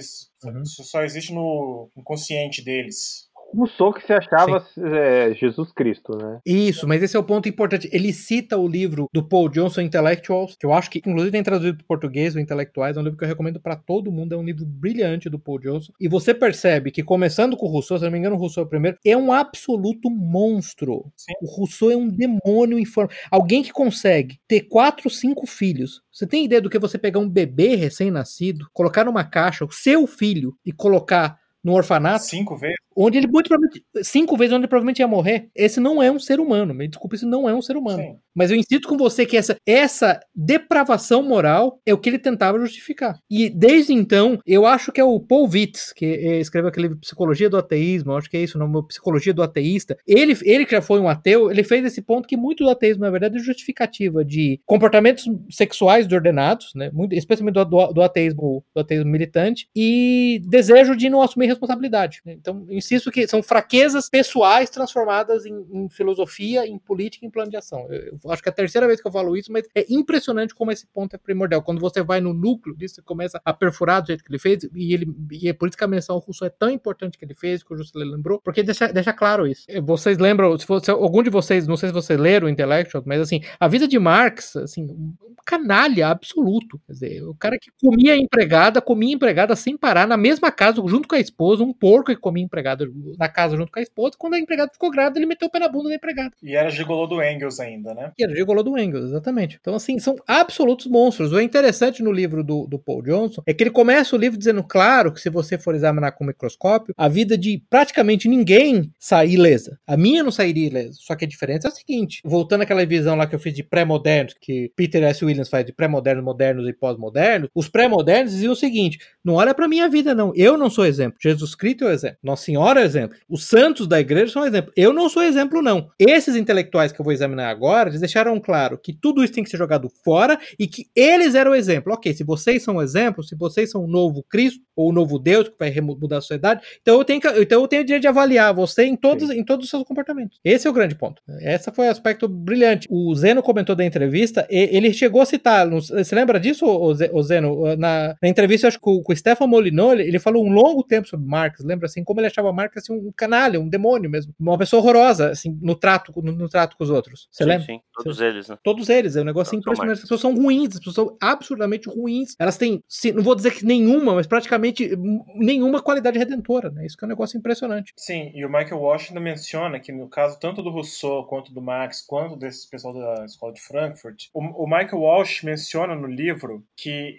Speaker 2: isso só existe no inconsciente deles?
Speaker 3: Rousseau que se achava Jesus Cristo, né?
Speaker 4: Isso, mas esse é o ponto importante. Ele cita o livro do Paul Johnson, Intellectuals, que eu acho que, inclusive, tem traduzido para o português, o Intelectuais, é um livro que eu recomendo para todo mundo, é um livro brilhante do Paul Johnson. E você percebe que, começando com o Rousseau, se não me engano, o Rousseau é o primeiro, é um absoluto monstro. Sim. O Rousseau é um demônio em forma. Alguém que consegue ter 4, 5 filhos. Você tem ideia do que você pegar um bebê recém-nascido, colocar numa caixa o seu filho e colocar no orfanato?
Speaker 2: 5 vezes?
Speaker 4: Onde ele muito provavelmente, 5 vezes onde ele provavelmente ia morrer. Esse não é um ser humano. Me desculpe, esse não é um ser humano. Sim. Mas eu insisto com você que essa depravação moral é o que ele tentava justificar. E desde então, eu acho que é o Paul Vitz, que escreveu aquele livro Psicologia do Ateísmo, eu acho que é isso, não, Psicologia do Ateísta. Ele que já foi um ateu, ele fez esse ponto que muito do ateísmo, na verdade, é justificativa de comportamentos sexuais desordenados, né? Muito, especialmente do ateísmo militante, e desejo de não assumir responsabilidade. Né? Então, insisto que são fraquezas pessoais transformadas em filosofia, em política e em plano de ação. Eu acho que é a terceira vez que eu falo isso, mas é impressionante como esse ponto é primordial. Quando você vai no núcleo disso, você começa a perfurar do jeito que ele fez, e é por isso que a menção ao Rousseau é tão importante que ele fez, que o Justo lembrou, porque deixa claro isso. Vocês lembram, se algum de vocês, não sei se vocês leram o Intellectual, mas assim, a vida de Marx, assim, um canalha absoluto. Quer dizer, o cara que comia empregada sem parar, na mesma casa, junto com a esposa, um porco que comia empregada na casa junto com a esposa, quando a empregada ficou grávida, ele meteu o pé na bunda da empregada.
Speaker 2: E era gigolô do Engels ainda, né?
Speaker 4: E era gigolô do Engels, exatamente. Então, assim, são absolutos monstros. O interessante no livro do Paul Johnson é que ele começa o livro dizendo, claro, que se você for examinar com o microscópio, a vida de praticamente ninguém sai ilesa. A minha não sairia ilesa. Só que a diferença é a seguinte, voltando àquela visão lá que eu fiz de pré-modernos, que Peter S. Williams faz de pré-modernos, modernos e pós-modernos, os pré-modernos diziam o seguinte, não olha pra minha vida, não. Eu não sou exemplo. Jesus Cristo é o exemplo. Nossa Senhora é o exemplo. Os santos da igreja são exemplo. Eu não sou exemplo, não. Esses intelectuais que eu vou examinar agora, eles deixaram claro que tudo isso tem que ser jogado fora e que eles eram o exemplo. Ok, se vocês são o exemplo, se vocês são o novo Cristo ou o novo Deus que vai mudar a sociedade, então eu tenho o direito de avaliar você em todos os seus comportamentos. Esse é o grande ponto. Esse foi o aspecto brilhante. O Zeno comentou da entrevista, ele chegou a citar, você lembra disso, o Zeno? Na entrevista, eu acho que o Stefan Molyneux, ele falou um longo tempo sobre Marx, lembra assim, como ele achava Marx assim, um canalha, um demônio mesmo, uma pessoa horrorosa, assim, no trato com os outros. Você lembra?
Speaker 1: Sim, todos eles, né?
Speaker 4: Todos eles, é um negócio impressionante. As pessoas são ruins, as pessoas são absurdamente ruins. Elas têm, não vou dizer que nenhuma, mas praticamente nenhuma qualidade redentora, né? Isso que é um negócio impressionante.
Speaker 2: Sim, e o Michael Walsh ainda menciona que no caso tanto do Rousseau, quanto do Marx, quanto desse pessoal da Escola de Frankfurt, o Michael Walsh menciona no livro que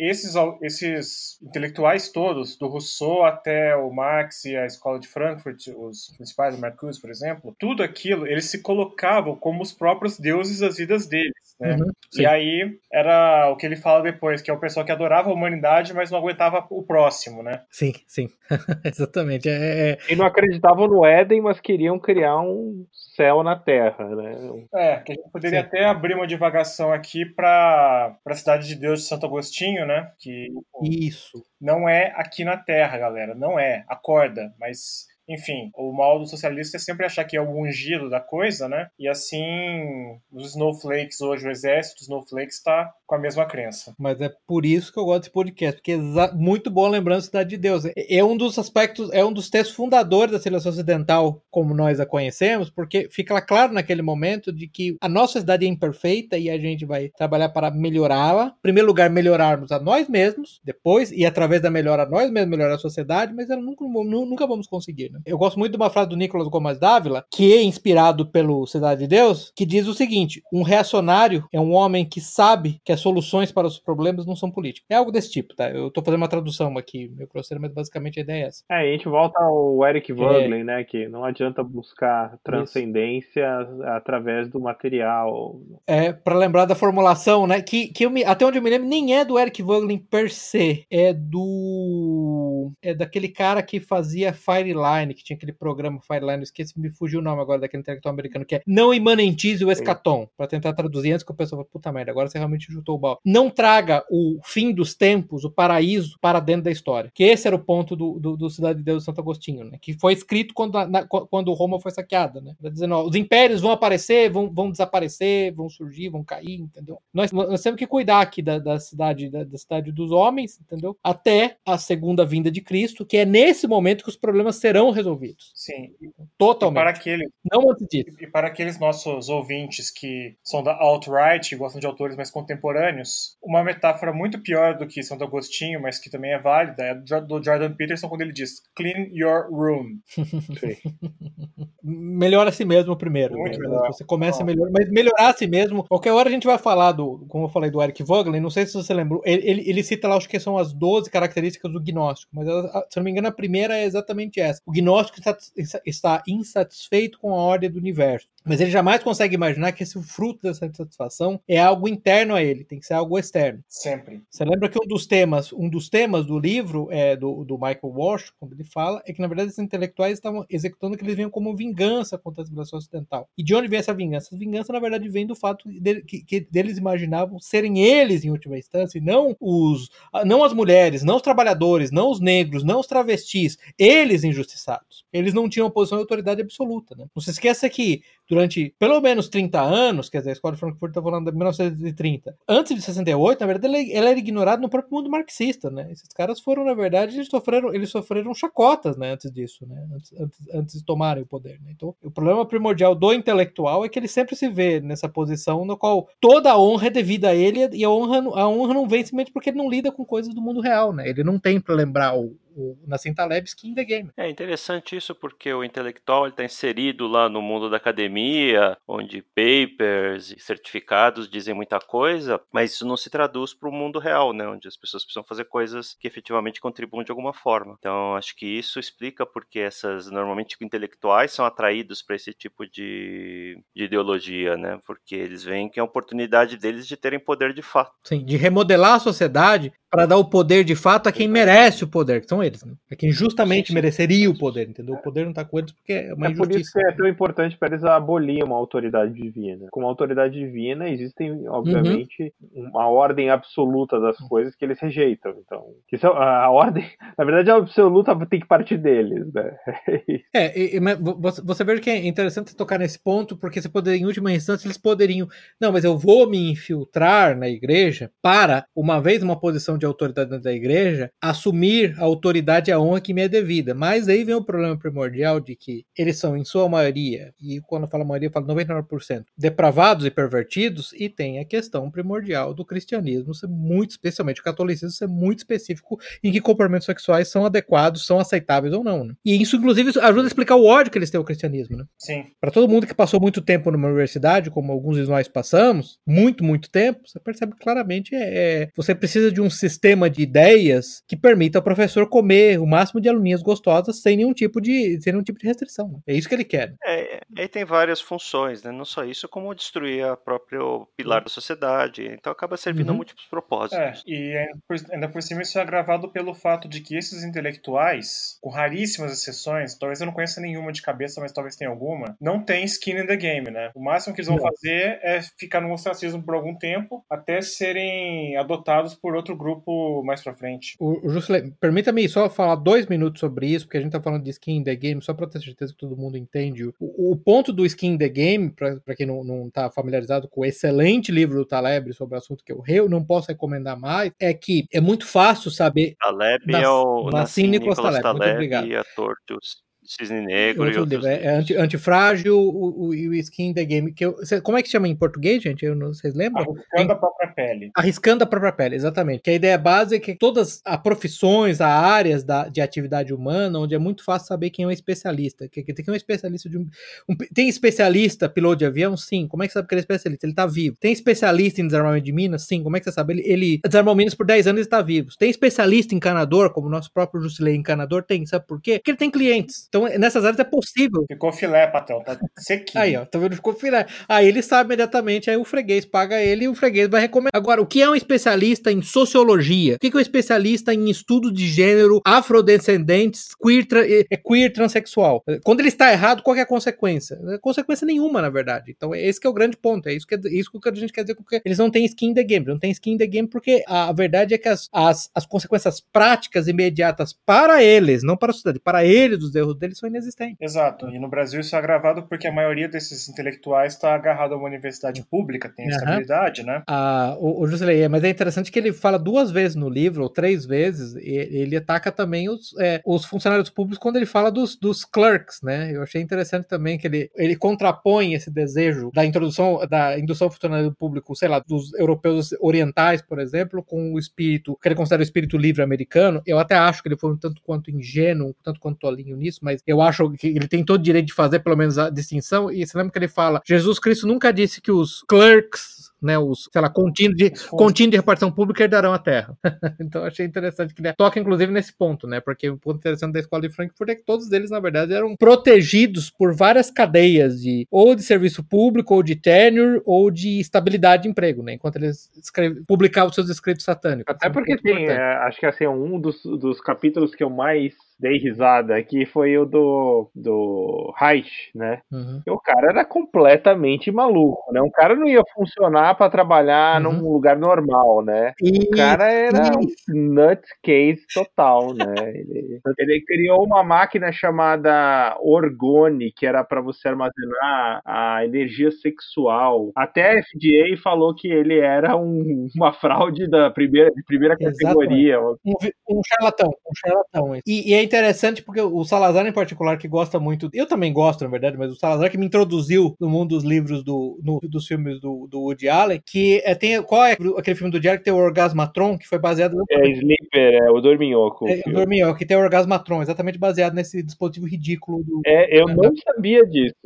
Speaker 2: esses intelectuais todos, do Rousseau até o Marx e a Escola de Frankfurt, os principais, o Marcuse, por exemplo, tudo aquilo, eles se colocavam como os próprios deuses das vidas deles, né? E aí era o que ele fala depois, que é o pessoal que adorava a humanidade, mas não aguentava o próximo, né?
Speaker 4: Sim. Exatamente.
Speaker 3: E não acreditavam no Éden, mas queriam criar um céu na Terra, né?
Speaker 2: Que a gente poderia até abrir uma divagação aqui para a Cidade de Deus de Santo Agostinho, né? Que
Speaker 4: isso
Speaker 2: não é aqui na Terra, galera. Não é. Acorda. Mas, enfim, o mal do socialista é sempre achar que é o ungido da coisa, né? E assim, os snowflakes hoje, o exército dos snowflakes está com a mesma crença.
Speaker 4: Mas é por isso que eu gosto desse podcast, porque é muito bom lembrando a Cidade de Deus. É um dos aspectos, é um dos textos fundadores da civilização ocidental, como nós a conhecemos, porque fica claro naquele momento de que a nossa sociedade é imperfeita e a gente vai trabalhar para melhorá-la. Em primeiro lugar, melhorarmos a nós mesmos, depois, e através da melhora a nós mesmos, melhorar a sociedade, mas nunca vamos conseguir, né? Eu gosto muito de uma frase do Nicolas Gomes Dávila, que é inspirado pelo Cidade de Deus, que diz o seguinte: um reacionário é um homem que sabe que as soluções para os problemas não são políticas. É algo desse tipo, tá? Eu tô fazendo uma tradução aqui, meio grosseira, mas basicamente a ideia é essa.
Speaker 3: A gente volta ao Eric Voegelin, né? Que não adianta buscar transcendência através do material.
Speaker 4: Para lembrar da formulação, né? Que até onde eu me lembro, nem é do Eric Voegelin per se, é daquele cara que fazia Fireline, Fireline, que tinha aquele programa Fireline, esqueci, me fugiu o nome agora daquele intelectual americano, que é não imanentize o escatom, para tentar traduzir antes que o pessoal fala, puta merda, agora você realmente chutou o balde. Não traga o fim dos tempos, o paraíso, para dentro da história. Que esse era o ponto do Cidade de Deus de Santo Agostinho, né? Que foi escrito quando Roma foi saqueada, né? Dizendo, ó, os impérios vão aparecer, vão desaparecer, vão surgir, vão cair, entendeu? Nós temos que cuidar aqui da cidade dos homens, entendeu? Até a segunda vinda de Cristo, que é nesse momento que os problemas serão resolvidos.
Speaker 2: Sim.
Speaker 4: Totalmente. Não antes disso.
Speaker 2: E para aqueles nossos ouvintes que são da alt-right e gostam de autores mais contemporâneos, uma metáfora muito pior do que Santo Agostinho, mas que também é válida, é do Jordan Peterson, quando ele diz clean your room.
Speaker 4: Melhora a si mesmo primeiro.
Speaker 2: Muito
Speaker 4: né?
Speaker 2: melhor.
Speaker 4: Você começa a melhorar, mas melhorar a si mesmo. Qualquer hora a gente vai falar como eu falei, do Eric Voegelin, não sei se você lembrou, ele cita lá, acho que são as 12 características do gnóstico, mas se não me engano a primeira é exatamente essa. O gnóstico está insatisfeito com a ordem do universo. Mas ele jamais consegue imaginar que esse fruto dessa insatisfação é algo interno a ele, tem que ser algo externo.
Speaker 2: Sempre.
Speaker 4: Você lembra que um dos temas do livro do Michael Walsh, quando ele fala, é que na verdade esses intelectuais estavam executando o que eles viam como vingança contra a civilização ocidental. E de onde vem essa vingança? Essa vingança, na verdade, vem do fato que deles imaginavam serem eles, em última instância, e não as mulheres, não os trabalhadores, não os negros, não os travestis, eles injustiçados. Eles não tinham uma posição de autoridade absoluta. Né? Não se esqueça que durante pelo menos 30 anos, quer dizer, a Escola de Frankfurt está falando de 1930, antes de 68, na verdade, ela era ignorada no próprio mundo marxista, né? Esses caras foram, na verdade, eles sofreram chacotas, né, antes disso, né? Antes de tomarem o poder, né? Então, o problema primordial do intelectual é que ele sempre se vê nessa posição na qual toda a honra é devida a ele e a honra não vem simplesmente porque ele não lida com coisas do mundo real, né? Ele não tem para lembrar o Nassim Taleb Skin in the Game.
Speaker 1: É interessante isso porque o intelectual está inserido lá no mundo da academia, onde papers e certificados dizem muita coisa, mas isso não se traduz para o mundo real, né? Onde as pessoas precisam fazer coisas que efetivamente contribuam de alguma forma. Então, acho que isso explica porque normalmente intelectuais são atraídos para esse tipo de ideologia, né? Porque eles veem que é a oportunidade deles de terem poder de fato.
Speaker 4: Sim, de remodelar a sociedade para dar o poder de fato a quem merece o poder, que são eles, né? É quem justamente mereceria o poder, entendeu? O poder não está com eles porque é uma injustiça.
Speaker 3: Por isso que é tão importante para eles abolir uma autoridade divina. Com uma autoridade divina existem, obviamente, uma ordem absoluta das coisas que eles rejeitam. Então, a ordem, na verdade, a absoluta tem que partir deles, né?
Speaker 4: Mas você vê que é interessante tocar nesse ponto, porque você poderia, em última instância, eles poderiam, não, mas eu vou me infiltrar na igreja para, uma vez uma posição de autoridade dentro da igreja, assumir a autoridade e a honra que me é devida. Mas aí vem o problema primordial de que eles são, em sua maioria, e quando eu falo maioria, eu falo 99%, depravados e pervertidos, e tem a questão primordial do cristianismo ser muito, especialmente o catolicismo, ser muito específico em que comportamentos sexuais são adequados, são aceitáveis ou não. Né? E isso, inclusive, ajuda a explicar o ódio que eles têm ao cristianismo. Né?
Speaker 2: Sim.
Speaker 4: Para todo mundo que passou muito tempo numa universidade, como alguns de nós passamos, muito tempo, você percebe que claramente você precisa de um sistema de ideias que permita ao professor comer o máximo de aluninhas gostosas sem nenhum tipo de restrição. Né? É isso que ele quer.
Speaker 1: Aí tem várias funções, né? Não só isso, como destruir a própria pilar da sociedade. Então acaba servindo a múltiplos propósitos.
Speaker 2: E ainda por cima isso é agravado pelo fato de que esses intelectuais, com raríssimas exceções, talvez eu não conheça nenhuma de cabeça, mas talvez tenha alguma, não tem skin in the game, né? O máximo que eles vão fazer é ficar no ostracismo por algum tempo, até serem adotados por outro grupo mais pra frente.
Speaker 4: Juscelino, permita-me só falar 2 minutos sobre isso, porque a gente tá falando de skin in the game, só pra ter certeza que todo mundo entende. O ponto do skin in the game, pra quem não tá familiarizado com o excelente livro do Taleb sobre o assunto que eu não posso recomendar mais, é que é muito fácil saber...
Speaker 1: Taleb é o
Speaker 4: Nassim Nicholas Taleb, muito obrigado.
Speaker 1: E ator do Cisne Negro e outros
Speaker 4: livros. Antifrágil e o Skin in the Game. Como é que chama em português, gente? Vocês lembram?
Speaker 2: Arriscando a própria pele.
Speaker 4: Arriscando a própria pele, exatamente. Que a ideia base é que todas as profissões, as áreas de atividade humana, onde é muito fácil saber quem é um especialista. Tem um especialista tem especialista piloto de avião? Sim. Como é que você sabe que ele é especialista? Ele está vivo. Tem especialista em desarmamento de minas? Sim. Como é que você sabe? Ele desarmou minas por 10 anos e está vivo. Tem especialista em encanador, como o nosso próprio Juscelino encanador tem. Sabe por quê? Porque ele tem clientes. Então, nessas áreas é possível.
Speaker 2: Ficou filé, patrão, tá sequinho.
Speaker 4: Aí, ó, tá vendo? Ficou filé. Aí ele sabe imediatamente, aí o freguês paga ele e o freguês vai recomendar. Agora, o que é um especialista em sociologia? O que é um especialista em estudo de gênero, afrodescendentes, queer transexual? Quando ele está errado, qual é a consequência? Consequência nenhuma, na verdade. Então, esse que é o grande ponto. É isso que a gente quer dizer, porque eles não têm skin in the game. Não têm skin in the game porque a verdade é que as consequências práticas imediatas para eles, não para a sociedade, para eles, os erros deles são inexistentes.
Speaker 2: Exato. E no Brasil isso é agravado porque a maioria desses intelectuais está agarrado a uma universidade pública, tem estabilidade, né?
Speaker 4: O Jusilei, mas é interessante que ele fala 2 vezes no livro, ou 3 vezes, ele ataca também os funcionários públicos quando ele fala dos clerks, né? Eu achei interessante também que ele contrapõe esse desejo da indução ao funcionário público, sei lá, dos europeus orientais, por exemplo, com o espírito, que ele considera o espírito livre americano. Eu até acho que ele foi um tanto quanto ingênuo, um tanto quanto tolinho nisso, mas eu acho que ele tem todo o direito de fazer pelo menos a distinção, e você lembra que ele fala, Jesus Cristo nunca disse que os clerks, né, os, sei lá, contínuo de repartição pública herdarão a terra. Então eu achei interessante que ele toca inclusive nesse ponto, né, porque o ponto interessante da escola de Frankfurt é que todos eles, na verdade, eram protegidos por várias cadeias ou de serviço público, ou de tenure, ou de estabilidade de emprego, né, enquanto eles publicavam seus escritos satânicos.
Speaker 3: Até porque tem, acho que assim, um dos capítulos que eu mais dei risada aqui foi o do Reich, né?
Speaker 4: Uhum.
Speaker 3: E o cara era completamente maluco, né? Um cara não ia funcionar para trabalhar num lugar normal, né? O cara era um nutcase total, né? Ele criou uma máquina chamada Orgone, que era para você armazenar a energia sexual. Até a FDA falou que ele era uma fraude de primeira categoria.
Speaker 4: Um charlatão. E é interessante porque o Salazar, em particular, que gosta muito. Eu também gosto, na verdade, mas o Salazar que me introduziu no mundo dos livros dos filmes do Woody Allen, que tem. Qual é aquele filme do Woody Allen que tem o Orgasmatron, que foi baseado no.
Speaker 3: Sleeper, o Dorminhoco.
Speaker 4: O Dorminhoco, que tem o Orgasmatron, exatamente baseado nesse dispositivo ridículo do.
Speaker 3: Eu não sabia disso.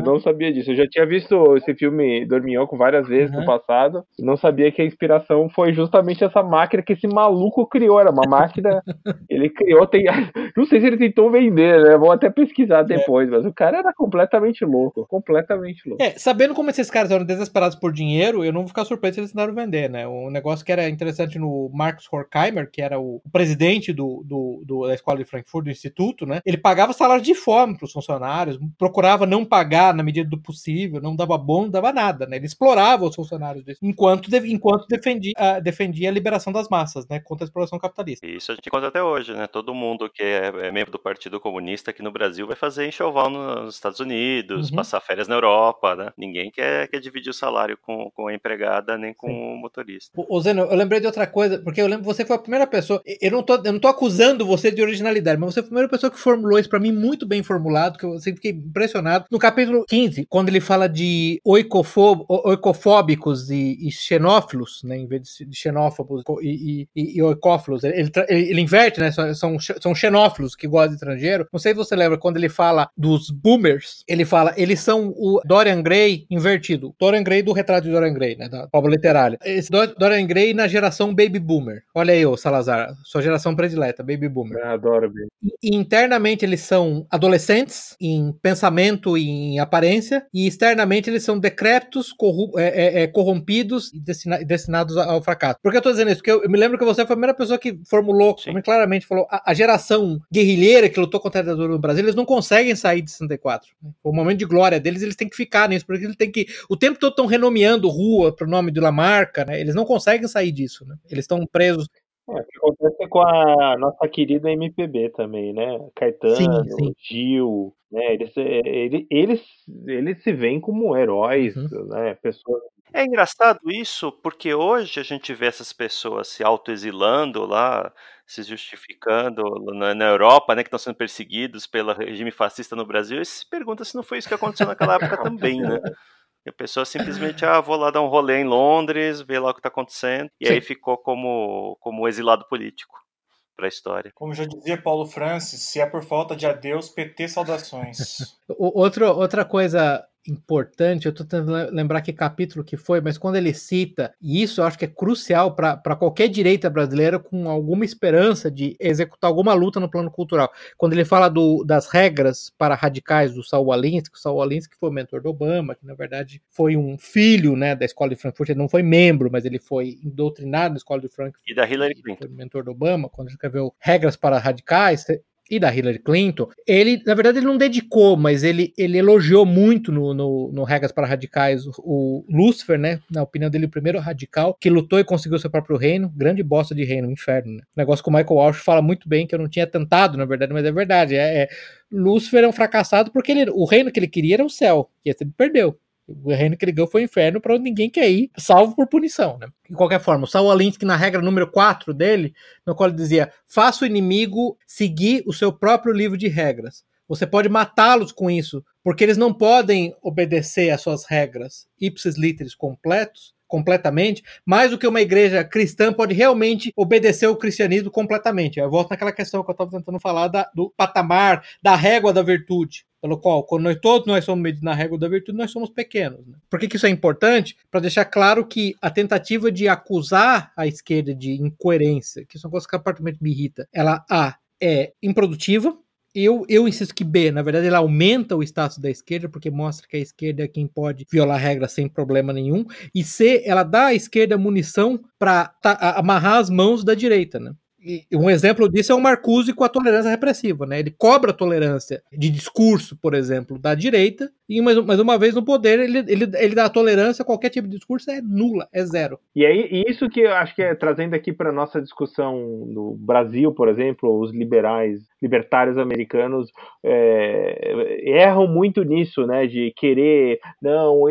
Speaker 3: Eu já tinha visto esse filme Dorminhoco várias vezes no passado. Não sabia que a inspiração foi justamente essa máquina que esse maluco criou. Era uma máquina. Ele criou, não sei se ele tentou vender, né? Vou até pesquisar depois, mas o cara era completamente louco.
Speaker 4: Sabendo como esses caras eram desesperados por dinheiro, eu não vou ficar surpreso se eles tentaram vender, né? Um negócio que era interessante no Marcus Horkheimer, que era o presidente da escola de Frankfurt, do instituto, né? Ele pagava salário de fome para os funcionários, procurava não pagar na medida do possível, não dava bom, não dava nada, né? Ele explorava os funcionários desse, enquanto defendia a liberação das massas, né? Contra a exploração capitalista.
Speaker 1: Isso a gente encontra até hoje, né? Todo mundo que é membro do Partido Comunista aqui no Brasil vai fazer enxoval nos Estados Unidos, passar férias na Europa, né? Ninguém quer dividir o salário com a empregada nem com o motorista.
Speaker 4: Ô Zeno, eu lembrei de outra coisa, porque eu lembro que você foi a primeira pessoa, eu não tô acusando você de originalidade, mas você foi a primeira pessoa que formulou isso pra mim muito bem formulado, que eu sempre fiquei impressionado. No capítulo 15, quando ele fala de oicofóbicos e xenófilos, né, em vez de xenófobos e oicófilos, ele inverte, né, são xenófilos que gostam de estrangeiro. Não sei se você lembra, quando ele fala dos boomers, ele fala, eles são o Dorian Gray invertido. Dorian Gray do retrato de Dorian Gray, né, da obra literária. Esse Dorian Gray na geração Baby Boomer. Olha aí, ô Salazar, sua geração predileta, Baby Boomer.
Speaker 3: Eu adoro Baby.
Speaker 4: E internamente eles são adolescentes em pensamento e em aparência, e externamente eles são decrépitos, corrompidos e destinados ao fracasso. Por que eu tô dizendo isso? Porque eu me lembro que você foi a primeira pessoa que formulou, claramente falou, a geração guerrilheira que lutou contra a ditadura no Brasil, eles não conseguem sair de 64. O momento de glória deles, eles têm que ficar nisso, porque eles têm que, o tempo todo estão renomeando rua pro nome de Lamarca, né? Eles não conseguem sair disso, né? Eles estão presos.
Speaker 3: O que acontece com a nossa querida MPB também, né? Caetano,
Speaker 4: sim.
Speaker 3: Gil, né? Eles se veem como heróis, né? Pessoas.
Speaker 1: É engraçado isso, porque hoje a gente vê essas pessoas se autoexilando lá, se justificando na Europa, né, que estão sendo perseguidos pelo regime fascista no Brasil, e se pergunta se não foi isso que aconteceu naquela época também, né? E a pessoa simplesmente, vou lá dar um rolê em Londres, ver lá o que está acontecendo, e aí ficou como exilado político para a história.
Speaker 2: Como já dizia Paulo Francis, se é por falta de adeus, PT saudações.
Speaker 4: Outra coisa importante, eu estou tentando lembrar que capítulo que foi, mas quando ele cita, e isso eu acho que é crucial para qualquer direita brasileira com alguma esperança de executar alguma luta no plano cultural. Quando ele fala das regras para radicais do Saul Alinsky, o Saul Alinsky foi o mentor do Obama, que na verdade foi um filho, né, da Escola de Frankfurt, ele não foi membro, mas ele foi doutrinado na Escola de Frankfurt.
Speaker 1: E da Hillary Clinton.
Speaker 4: Foi o mentor do Obama, quando ele escreveu Regras para Radicais, e da Hillary Clinton, ele, na verdade, ele não dedicou, mas ele elogiou muito no Regras para Radicais o Lúcifer, né? Na opinião dele, o primeiro radical que lutou e conseguiu seu próprio reino, grande bosta de reino, inferno, né? Negócio que o Michael Walsh fala muito bem, que eu não tinha tentado, na verdade, mas é verdade. Lúcifer é um fracassado porque o reino que ele queria era o céu, e esse ele perdeu. O reino que ele ganhou foi o inferno, para onde ninguém quer ir, salvo por punição, né? De qualquer forma, o Saul Alinsky, na regra número 4 dele, no qual ele dizia: faça o inimigo seguir o seu próprio livro de regras. Você pode matá-los com isso, porque eles não podem obedecer às suas regras ipsis literis completamente, mais do que uma igreja cristã pode realmente obedecer ao cristianismo completamente. Eu volto naquela questão que eu estava tentando falar do patamar, da régua da virtude, pelo qual, quando todos nós somos medidos na régua da virtude, nós somos pequenos. Né? Por que isso é importante? Para deixar claro que a tentativa de acusar a esquerda de incoerência, que isso é uma coisa que aparentemente me irrita, ela, é improdutiva. Eu insisto que B, na verdade, ela aumenta o status da esquerda, porque mostra que a esquerda é quem pode violar regras sem problema nenhum. E C, ela dá à esquerda munição para amarrar as mãos da direita, né? E um exemplo disso é o Marcuse com a tolerância repressiva, né? Ele cobra a tolerância de discurso, por exemplo, da direita, e mais uma vez no poder ele dá a tolerância a qualquer tipo de discurso, é nula, é zero.
Speaker 3: E aí, isso que eu acho que é trazendo aqui para nossa discussão no Brasil, por exemplo, os libertários americanos erram muito nisso, né? De querer, não,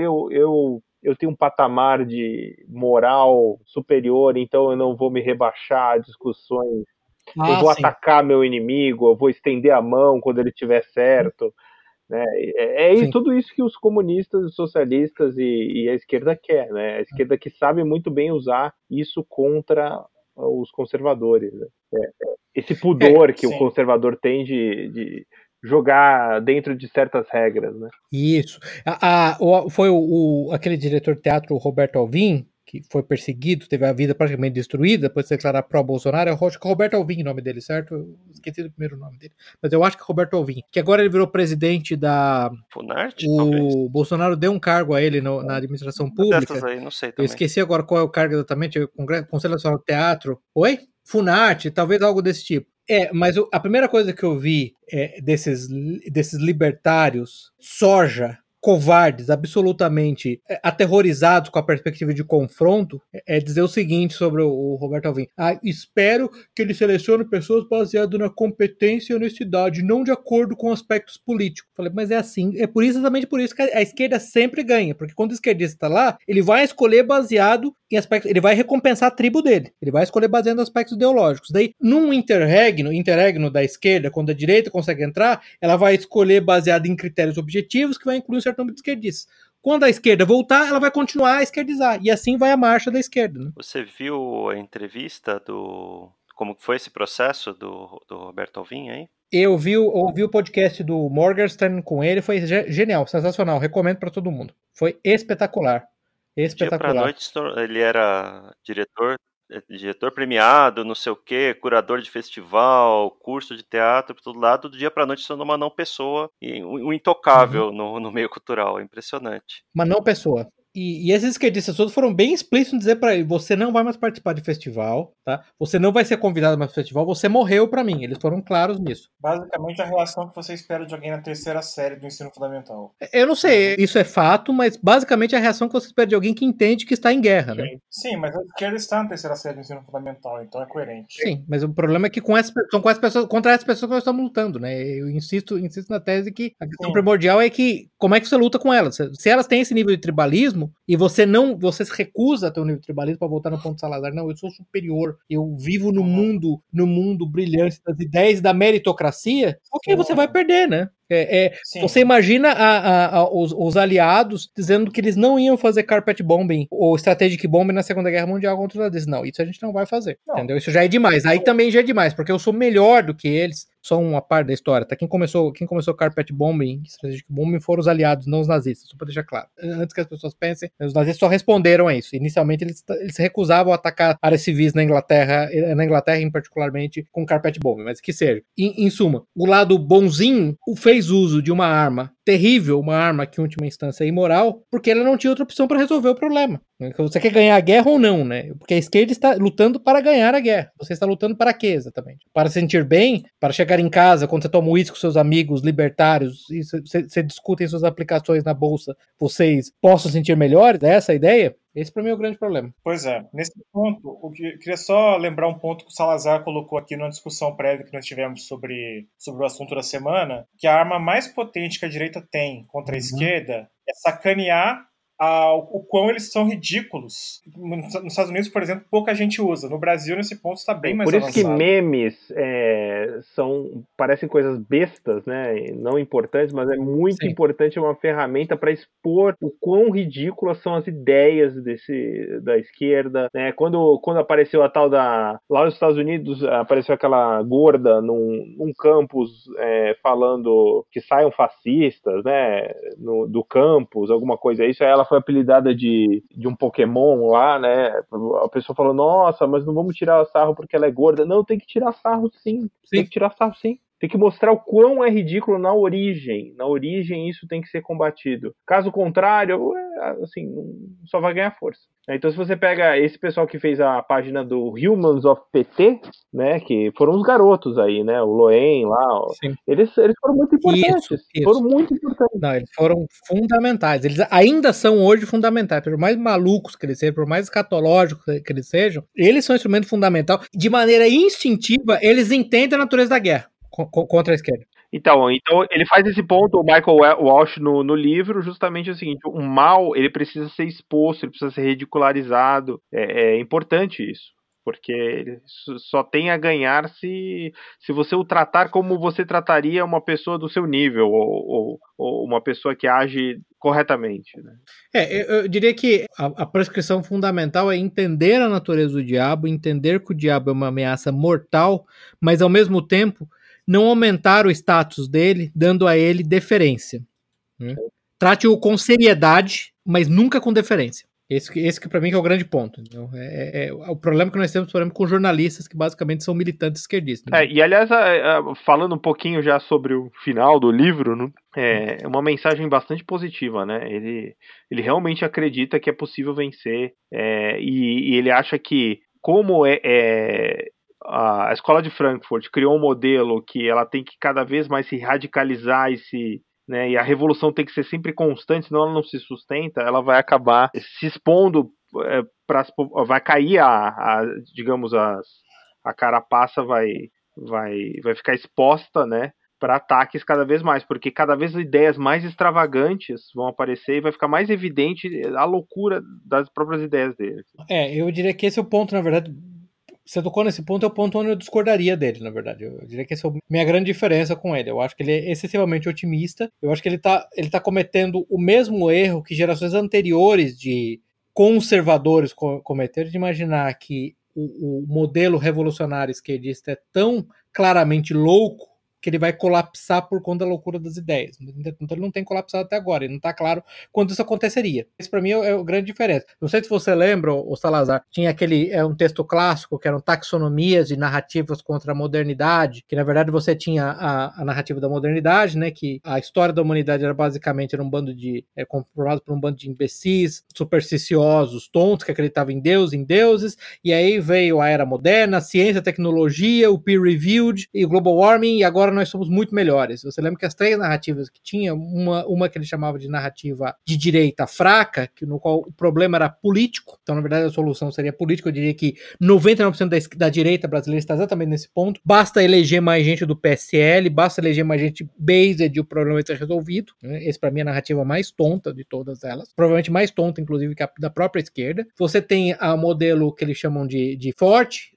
Speaker 3: eu tenho um patamar de moral superior, então eu não vou me rebaixar a discussões. Eu vou atacar meu inimigo, eu vou estender a mão quando ele estiver certo. Né? Tudo isso que os comunistas, os socialistas e a esquerda quer. Né? A esquerda que sabe muito bem usar isso contra os conservadores. Né? Esse pudor que o conservador tem de jogar dentro de certas regras, né?
Speaker 4: Isso. Foi aquele diretor de teatro, Roberto Alvim, que foi perseguido, teve a vida praticamente destruída depois de se declarar pró-Bolsonaro. Eu acho que é Roberto Alvim o nome dele, certo? Eu esqueci do primeiro nome dele. Mas eu acho que é Roberto Alvim. Que agora ele virou presidente da...
Speaker 1: Funarte,
Speaker 4: talvez. Bolsonaro deu um cargo a ele na administração pública.
Speaker 1: Dessas aí, não sei também.
Speaker 4: Eu esqueci agora qual é o cargo exatamente. O Conselho Nacional do Teatro. Oi? Funarte, talvez algo desse tipo. Mas a primeira coisa que eu vi desses libertários soja, covardes, absolutamente aterrorizados com a perspectiva de confronto, é dizer o seguinte sobre o Roberto Alvim: espero que ele selecione pessoas baseadas na competência e honestidade, não de acordo com aspectos políticos. Falei, mas é assim, exatamente por isso que a esquerda sempre ganha, porque quando o esquerdista está lá, ele vai escolher baseado em aspectos, ele vai recompensar a tribo dele, ele vai escolher baseado em aspectos ideológicos. Daí, num interregno da esquerda, quando a direita consegue entrar, ela vai escolher baseado em critérios objetivos, que vai incluir um certo número de esquerdistas. Quando a esquerda voltar, ela vai continuar a esquerdizar, e assim vai a marcha da esquerda. Né?
Speaker 1: Você viu a entrevista como foi esse processo do Roberto Alvim aí?
Speaker 4: Eu ouvi o podcast do Morgenstern com ele, foi genial, sensacional, recomendo para todo mundo. Foi espetacular. Espetacular.
Speaker 1: Dia pra noite ele era diretor premiado, não sei o quê, curador de festival, curso de teatro, por todo lado, do dia pra noite sendo uma não pessoa, e um intocável no meio cultural, é impressionante.
Speaker 4: Uma não pessoa. E esses esquerdistas todos foram bem explícitos em dizer pra ele: você não vai mais participar de festival, tá? Você não vai ser convidado mais pro festival, você morreu pra mim. Eles foram claros nisso.
Speaker 2: Basicamente a reação que você espera de alguém na terceira série do ensino fundamental.
Speaker 4: Eu não sei, isso é fato, mas basicamente a reação que você espera de alguém que entende que está em guerra, né?
Speaker 2: Sim, mas a esquerda está na terceira série do ensino fundamental, então é coerente.
Speaker 4: Sim, mas o problema é que são com as pessoas, contra essas pessoas que nós estamos lutando, né? Eu insisto na tese que a questão primordial é que como é que você luta com elas? Se elas têm esse nível de tribalismo e você se recusa a ter um nível de tribalismo para voltar no ponto Salazar, não, eu sou superior, eu vivo no mundo brilhante das ideias e da meritocracia, ok, você vai perder, né? Você imagina os aliados dizendo que eles não iam fazer carpet bombing ou strategic bombing na Segunda Guerra Mundial contra os nazistas. Não, isso a gente não vai fazer, entendeu? Isso já é demais. Aí também já é demais, porque eu sou melhor do que eles. Só uma parte da história, tá? Quem começou carpet bombing, strategic bombing, foram os aliados, não os nazistas, só pra deixar claro. Antes que as pessoas pensem, os nazistas só responderam a isso. Inicialmente, eles recusavam atacar áreas civis na Inglaterra em particularmente, com carpet bombing, mas que seja. Em suma, o lado bonzinho fez uso de uma arma terrível, uma arma que em última instância é imoral, porque ela não tinha outra opção para resolver o problema. Você quer ganhar a guerra ou não, né? Porque a esquerda está lutando para ganhar a guerra. Você está lutando para quê, exatamente? Para se sentir bem? Para chegar em casa, quando você toma uísque com seus amigos libertários e você discutem suas aplicações na bolsa, vocês possam sentir melhores? É essa a ideia? Esse para mim é o grande problema.
Speaker 2: Pois é. Nesse ponto, eu queria só lembrar um ponto que o Salazar colocou aqui na discussão prévia que nós tivemos sobre o assunto da semana, que a arma mais potente que a direita tem contra a esquerda é sacanear o quão eles são ridículos. Nos Estados Unidos, por exemplo, pouca gente usa. No Brasil, nesse ponto, está bem mais avançado.
Speaker 3: Por isso que memes parecem coisas bestas, né? Não importantes, mas é muito importante, uma ferramenta para expor o quão ridículas são as ideias da esquerda, né? Quando apareceu a tal lá nos Estados Unidos, apareceu aquela gorda num campus falando que saiam fascistas, né? Do campus, alguma coisa. Isso aí ela foi apelidada de um Pokémon lá, né? A pessoa falou, nossa, mas não vamos tirar sarro porque ela é gorda. Não, tem que tirar sarro sim. Tem que tirar sarro sim. Tem que mostrar o quão é ridículo na origem. Na origem isso tem que ser combatido. Caso contrário, assim, só vai ganhar força. Então se você pega esse pessoal que fez a página do Humans of PT, né, que foram os garotos aí, né, o Loen lá, eles foram muito importantes. Isso. Foram muito importantes.
Speaker 4: Não, eles foram fundamentais. Eles ainda são hoje fundamentais. Por mais malucos que eles sejam, por mais escatológicos que eles sejam, eles são um instrumento fundamental. De maneira instintiva, eles entendem a natureza da guerra contra a esquerda.
Speaker 3: Então ele faz esse ponto, o Michael Walsh, no livro, justamente o seguinte: o mal, ele precisa ser exposto, ele precisa ser ridicularizado. É importante isso, porque ele só tem a ganhar se você o tratar como você trataria uma pessoa do seu nível, ou uma pessoa que age corretamente, né?
Speaker 4: Eu diria que a prescrição fundamental é entender a natureza do diabo, entender que o diabo é uma ameaça mortal, mas ao mesmo tempo não aumentar o status dele, dando a ele deferência. Trate-o com seriedade, mas nunca com deferência. Esse que para mim que é o grande ponto. O problema que nós temos, por exemplo, com jornalistas que basicamente são militantes esquerdistas. Né?
Speaker 3: E aliás, falando um pouquinho já sobre o final do livro, né, é uma mensagem bastante positiva, né? Ele realmente acredita que é possível vencer, e ele acha que, como a Escola de Frankfurt criou um modelo que ela tem que cada vez mais se radicalizar e a revolução tem que ser sempre constante, senão ela não se sustenta, ela vai acabar se expondo, vai cair digamos, a carapaça vai ficar exposta, né, para ataques cada vez mais, porque cada vez ideias mais extravagantes vão aparecer e vai ficar mais evidente a loucura das próprias ideias deles.
Speaker 4: Eu diria que esse é o ponto, na verdade. Você tocou nesse ponto, é o ponto onde eu discordaria dele, na verdade. Eu diria que essa é a minha grande diferença com ele. Eu acho que ele é excessivamente otimista. Eu acho que ele tá cometendo o mesmo erro que gerações anteriores de conservadores cometeram, de imaginar que o modelo revolucionário esquerdista é tão claramente louco que ele vai colapsar por conta da loucura das ideias. Então ele não tem colapsado até agora, ele não está claro quando isso aconteceria. Isso para mim é a grande diferença. Não sei se você lembra, o Salazar, tinha um texto clássico que eram taxonomias e narrativas contra a modernidade, que na verdade você tinha a narrativa da modernidade, né, que a história da humanidade era basicamente um bando formado por um bando de imbecis, supersticiosos, tontos, que acreditavam em Deus, em deuses, e aí veio a era moderna, a ciência, a tecnologia, o peer-reviewed e o global warming, e agora nós somos muito melhores. Você lembra que as 3 narrativas que tinha, uma que ele chamava de narrativa de direita fraca, no qual o problema era político, então na verdade a solução seria política. Eu diria que 99% da direita brasileira está exatamente nesse ponto. Basta eleger mais gente do PSL, basta eleger mais gente based e o problema vai ser resolvido. Esse para mim é a narrativa mais tonta de todas elas, provavelmente mais tonta inclusive que a da própria esquerda. Você tem o modelo que eles chamam de forte,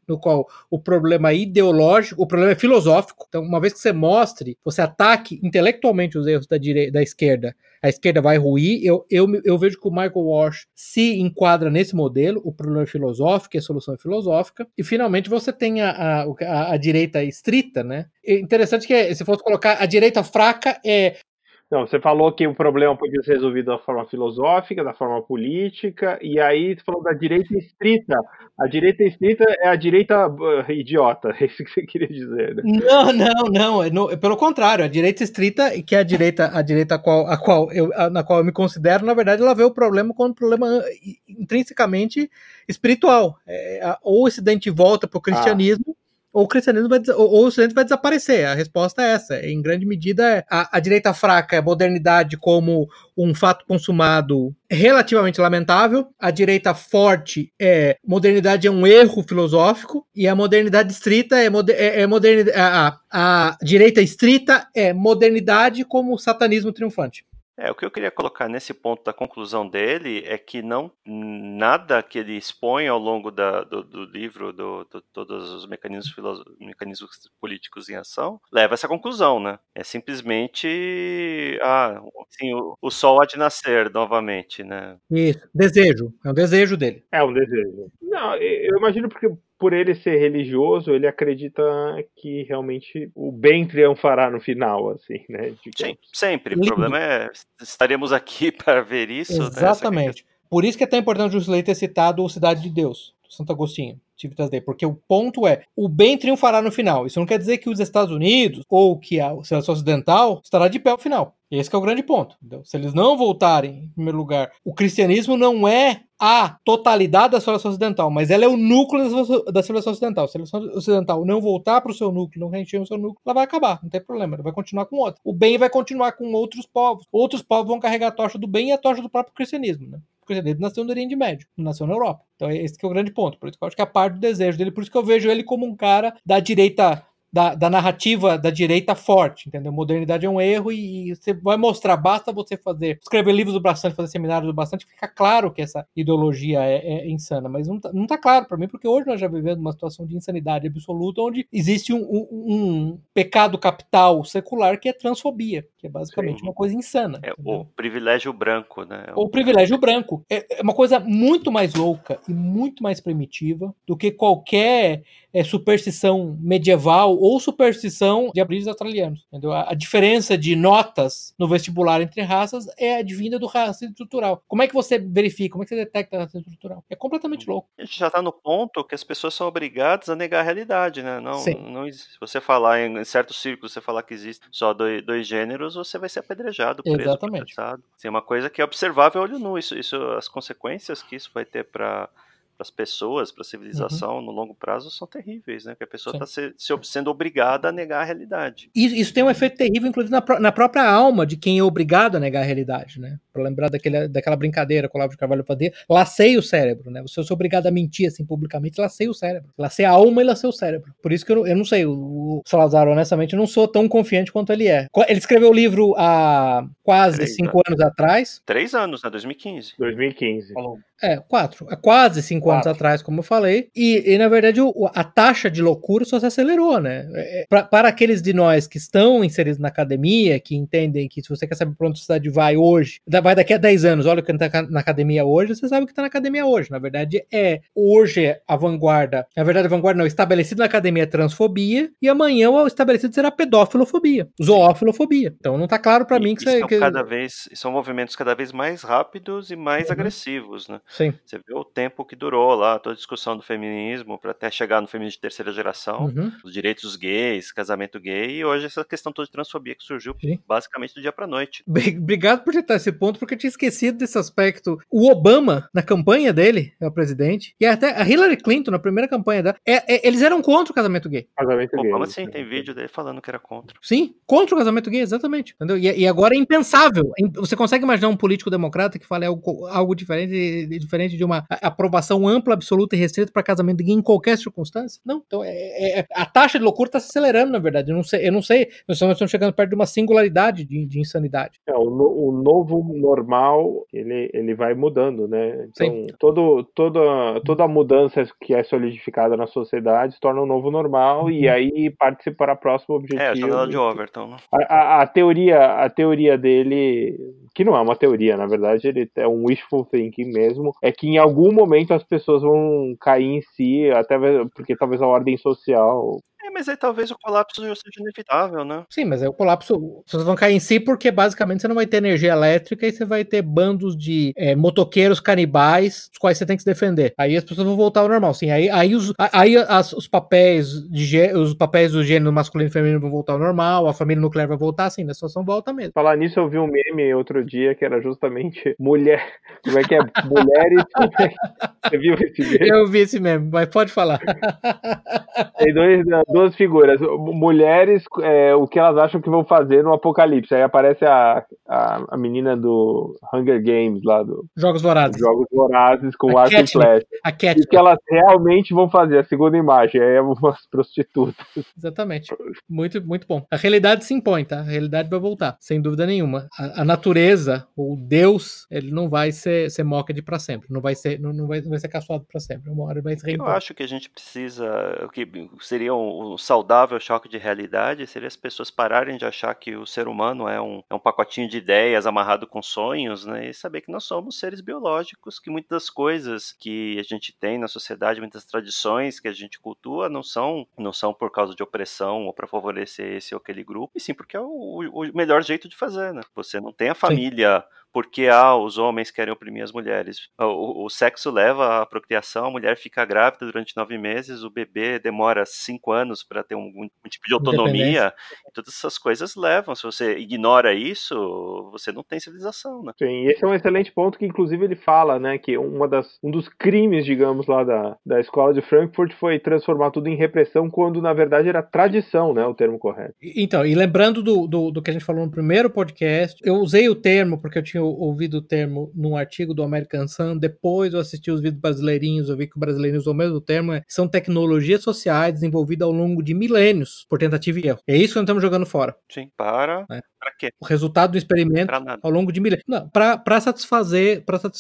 Speaker 4: no qual o problema é ideológico, o problema é filosófico. Então, uma vez que você mostre, você ataque intelectualmente os erros da esquerda, a esquerda vai ruir. Eu vejo que o Michael Walsh se enquadra nesse modelo, o problema é filosófico, a solução é filosófica, e finalmente você tem a direita estrita, né? Interessante que se fosse colocar a direita fraca
Speaker 3: Não, você falou que o problema podia ser resolvido da forma filosófica, da forma política, e aí você falou da direita estrita. A direita estrita é a direita idiota, é isso que você queria dizer, né?
Speaker 4: Não. Pelo contrário, a direita estrita, que é a direita na qual eu me considero, na verdade, ela vê o problema como um problema intrinsecamente espiritual. Ou o Ocidente volta para o cristianismo, ou o cristianismo ou o Ocidente vai desaparecer. A resposta é essa. Em grande medida, a direita fraca é a modernidade como um fato consumado relativamente lamentável. A direita forte modernidade é um erro filosófico. E a modernidade estrita a direita estrita é modernidade como satanismo triunfante.
Speaker 1: O que eu queria colocar nesse ponto da conclusão dele é que nada que ele expõe ao longo do livro, todos os mecanismos políticos em ação, leva a essa conclusão, né? É simplesmente assim, o sol há de nascer novamente, né?
Speaker 4: Isso, desejo, é um desejo dele.
Speaker 3: É um desejo. Não, eu imagino porque por ele ser religioso, ele acredita que realmente o bem triunfará no final, assim, né?
Speaker 1: Sim, sempre. O problema é, estaremos aqui para ver isso.
Speaker 4: Exatamente. Né? Por isso que é tão importante o Jusilei ter citado o Cidade de Deus, do Santo Agostinho, porque o ponto é, o bem triunfará no final. Isso não quer dizer que os Estados Unidos ou que a civilização ocidental estará de pé ao final. Esse que é o grande ponto. Entendeu? Se eles não voltarem, em primeiro lugar, o cristianismo não é a totalidade da civilização ocidental, mas ela é o núcleo da civilização ocidental. Se a civilização ocidental não voltar para o seu núcleo, não reencher o seu núcleo, ela vai acabar, não tem problema, ela vai continuar com outro. O bem vai continuar com outros povos. Outros povos vão carregar a tocha do bem e a tocha do próprio cristianismo, né? O cristianismo nasceu no Oriente Médio, não nasceu na Europa. Então esse que é o grande ponto. Por isso que eu acho que é a parte do desejo dele, por isso que eu vejo ele como um cara da direita, da narrativa da direita forte, entendeu? Modernidade é um erro e você vai mostrar, basta você escrever livros o bastante, fazer seminários o bastante, fica claro que essa ideologia é insana, mas não tá claro para mim, porque hoje nós já vivemos uma situação de insanidade absoluta, onde existe um pecado capital secular que é transfobia, que é basicamente uma coisa insana.
Speaker 1: O privilégio branco, né?
Speaker 4: O privilégio branco é uma coisa muito mais louca e muito mais primitiva do que qualquer superstição medieval ou superstição de aborígenes australianos. Entendeu? A diferença de notas no vestibular entre raças é advinda do racismo estrutural. Como é que você verifica? Como é que você detecta racismo estrutural? É completamente louco.
Speaker 1: A gente já está no ponto que as pessoas são obrigadas a negar a realidade, né? Se você falar em certos círculos, você falar que existe só dois gêneros, você vai ser apedrejado, preso, processado. Assim, é uma coisa que é observável a olho nu. As consequências que isso vai ter para as pessoas, para a civilização no longo prazo são terríveis, né? Porque a pessoa está sendo obrigada a negar a realidade.
Speaker 4: Isso tem um efeito terrível, inclusive, na própria alma de quem é obrigado a negar a realidade, né? Para lembrar daquela brincadeira que o Olavo de Carvalho fazia, laceia o cérebro, né? Você é obrigado a mentir assim publicamente, laceia o cérebro. Laceia a alma e laceia o cérebro. Por isso que eu não sei, o Salazar, honestamente, eu não sou tão confiante quanto ele é. Ele escreveu o livro há quase 5 anos atrás.
Speaker 1: 3 anos, né? 2015.
Speaker 3: 2015.
Speaker 2: Falou.
Speaker 4: 4. Há quase 5 anos atrás, como eu falei. E na verdade, a taxa de loucura só se acelerou, né? Para aqueles de nós que estão inseridos na academia, que entendem que se você quer saber para onde a sociedade vai hoje, vai daqui a 10 anos, olha o que está na academia hoje, você sabe o que está na academia hoje. Na verdade, hoje a vanguarda, na verdade a vanguarda não, estabelecido na academia é transfobia, e amanhã o estabelecido será pedófilofobia, zoófilofobia. Então não está claro para mim que
Speaker 1: são movimentos cada vez mais rápidos e mais agressivos, né?
Speaker 4: Sim.
Speaker 1: Você vê o tempo que durou lá, toda a discussão do feminismo, para até chegar no feminismo de terceira geração, os direitos dos gays, casamento gay, e hoje essa questão toda de transfobia que surgiu basicamente do dia para noite.
Speaker 4: Obrigado por citar esse ponto, porque eu tinha esquecido desse aspecto. O Obama, na campanha dele, é o presidente, e até a Hillary Clinton, na primeira campanha dela, eles eram contra o casamento gay.
Speaker 1: O Obama, sim, tem vídeo dele falando que era contra.
Speaker 4: Sim, contra o casamento gay, exatamente. Entendeu? E agora é impensável. Você consegue imaginar um político democrata que fale algo diferente diferente de uma aprovação ampla, absoluta e restrita para casamento em qualquer circunstância? Não. Então, a taxa de loucura está se acelerando, na verdade. Eu não sei. Nós estamos chegando perto de uma singularidade de insanidade.
Speaker 3: O novo normal, ele vai mudando, né? Então, toda a mudança que é solidificada na sociedade se torna um novo normal e aí parte-se para o próximo objetivo.
Speaker 1: A janela de Overton, né?
Speaker 3: A teoria dele, que não é uma teoria, na verdade, ele é um wishful thinking mesmo, é que em algum momento as pessoas vão cair em si, até porque talvez a ordem social...
Speaker 1: Mas aí talvez o colapso seja inevitável, né?
Speaker 4: Sim, mas aí o colapso, vocês vão cair em si porque basicamente você não vai ter energia elétrica e você vai ter bandos de motoqueiros canibais, os quais você tem que se defender. Aí as pessoas vão voltar ao normal. Sim, os papéis do gênero masculino e feminino vão voltar ao normal, a família nuclear vai voltar, assim, a situação volta mesmo.
Speaker 3: Falar nisso, eu vi um meme outro dia que era justamente mulher. Como é que é? Mulheres. Você viu esse meme?
Speaker 4: Eu vi esse meme, mas pode falar.
Speaker 3: Tem duas figuras. Mulheres, o que elas acham que vão fazer no apocalipse. Aí aparece a menina do Hunger Games lá do
Speaker 4: Jogos Vorazes
Speaker 3: com arco e flecha. E o que elas realmente vão fazer, a segunda imagem, aí é umas prostitutas.
Speaker 4: Exatamente. Muito, muito bom. A realidade se impõe, tá? A realidade vai voltar, sem dúvida nenhuma. A natureza, ou Deus, ele não vai ser Mocked pra sempre. Não vai ser caçoado pra sempre. Uma hora vai se reimpor.
Speaker 1: Eu acho que a gente precisa, o que seria um saudável choque de realidade, seria as pessoas pararem de achar que o ser humano é um pacotinho de ideias amarrado com sonhos, né? E saber que nós somos seres biológicos, que muitas das coisas que a gente tem na sociedade, muitas tradições que a gente cultua, não são por causa de opressão ou para favorecer esse ou aquele grupo, e sim porque é o melhor jeito de fazer, né? Você não tem a família... Sim. Porque os homens querem oprimir as mulheres. O sexo leva à procriação, a mulher fica grávida durante 9 meses, o bebê demora 5 anos para ter um tipo de autonomia. E todas essas coisas levam. Se você ignora isso, você não tem civilização, né?
Speaker 3: Sim, e esse é um excelente ponto que, inclusive, ele fala, né, que um dos crimes, digamos, lá da escola de Frankfurt foi transformar tudo em repressão, quando, na verdade, era tradição, né, o termo correto.
Speaker 4: Então, e lembrando do que a gente falou no primeiro podcast, eu usei o termo porque eu tinha ouvido o termo num artigo do American Sun, depois eu assisti os vídeos brasileirinhos, eu vi que o brasileirinho usou o mesmo termo, são tecnologias sociais desenvolvidas ao longo de milênios, por tentativa e erro. É isso que nós estamos jogando fora.
Speaker 1: Sim, para quê?
Speaker 4: O resultado do experimento ao longo de milênios. Não, para satisfazer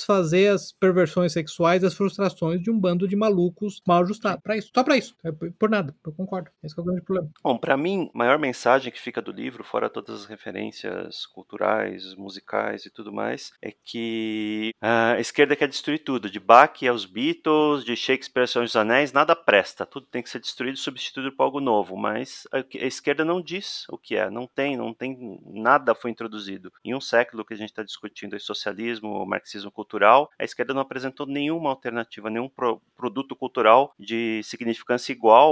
Speaker 4: as perversões sexuais, as frustrações de um bando de malucos mal ajustados. Para isso, só para isso. Por nada, eu concordo. Esse é o grande problema.
Speaker 1: Bom, para mim, a maior mensagem que fica do livro, fora todas as referências culturais, musicais e tudo mais, é que a esquerda quer destruir tudo. De Bach aos Beatles, de Shakespeare aos Senhor dos Anéis, nada presta. Tudo tem que ser destruído e substituído por algo novo. Mas a esquerda não diz o que é. Não tem nada foi introduzido. Em um século que a gente está discutindo o socialismo, o marxismo cultural, a esquerda não apresentou nenhuma alternativa, nenhum produto cultural de significância igual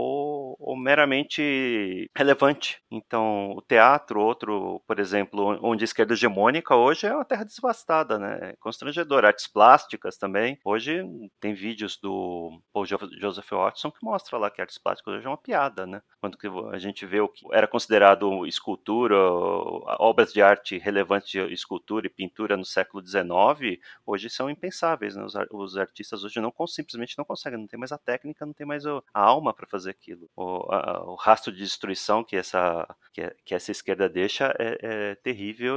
Speaker 1: ou meramente relevante. Então, o teatro, outro, por exemplo, onde a esquerda é hegemônica, hoje é uma terra devastada, né? É constrangedor. Artes plásticas também. Hoje tem vídeos do Paul Joseph Watson que mostra lá que artes plásticas hoje é uma piada, né? Quando a gente vê o que era considerado escultura, obras de arte relevantes de escultura e pintura no século XIX, hoje são impensáveis, né? Os artistas hoje simplesmente não conseguem, não tem mais a técnica, não tem mais a alma para fazer aquilo. O rastro de destruição que essa esquerda deixa é terrível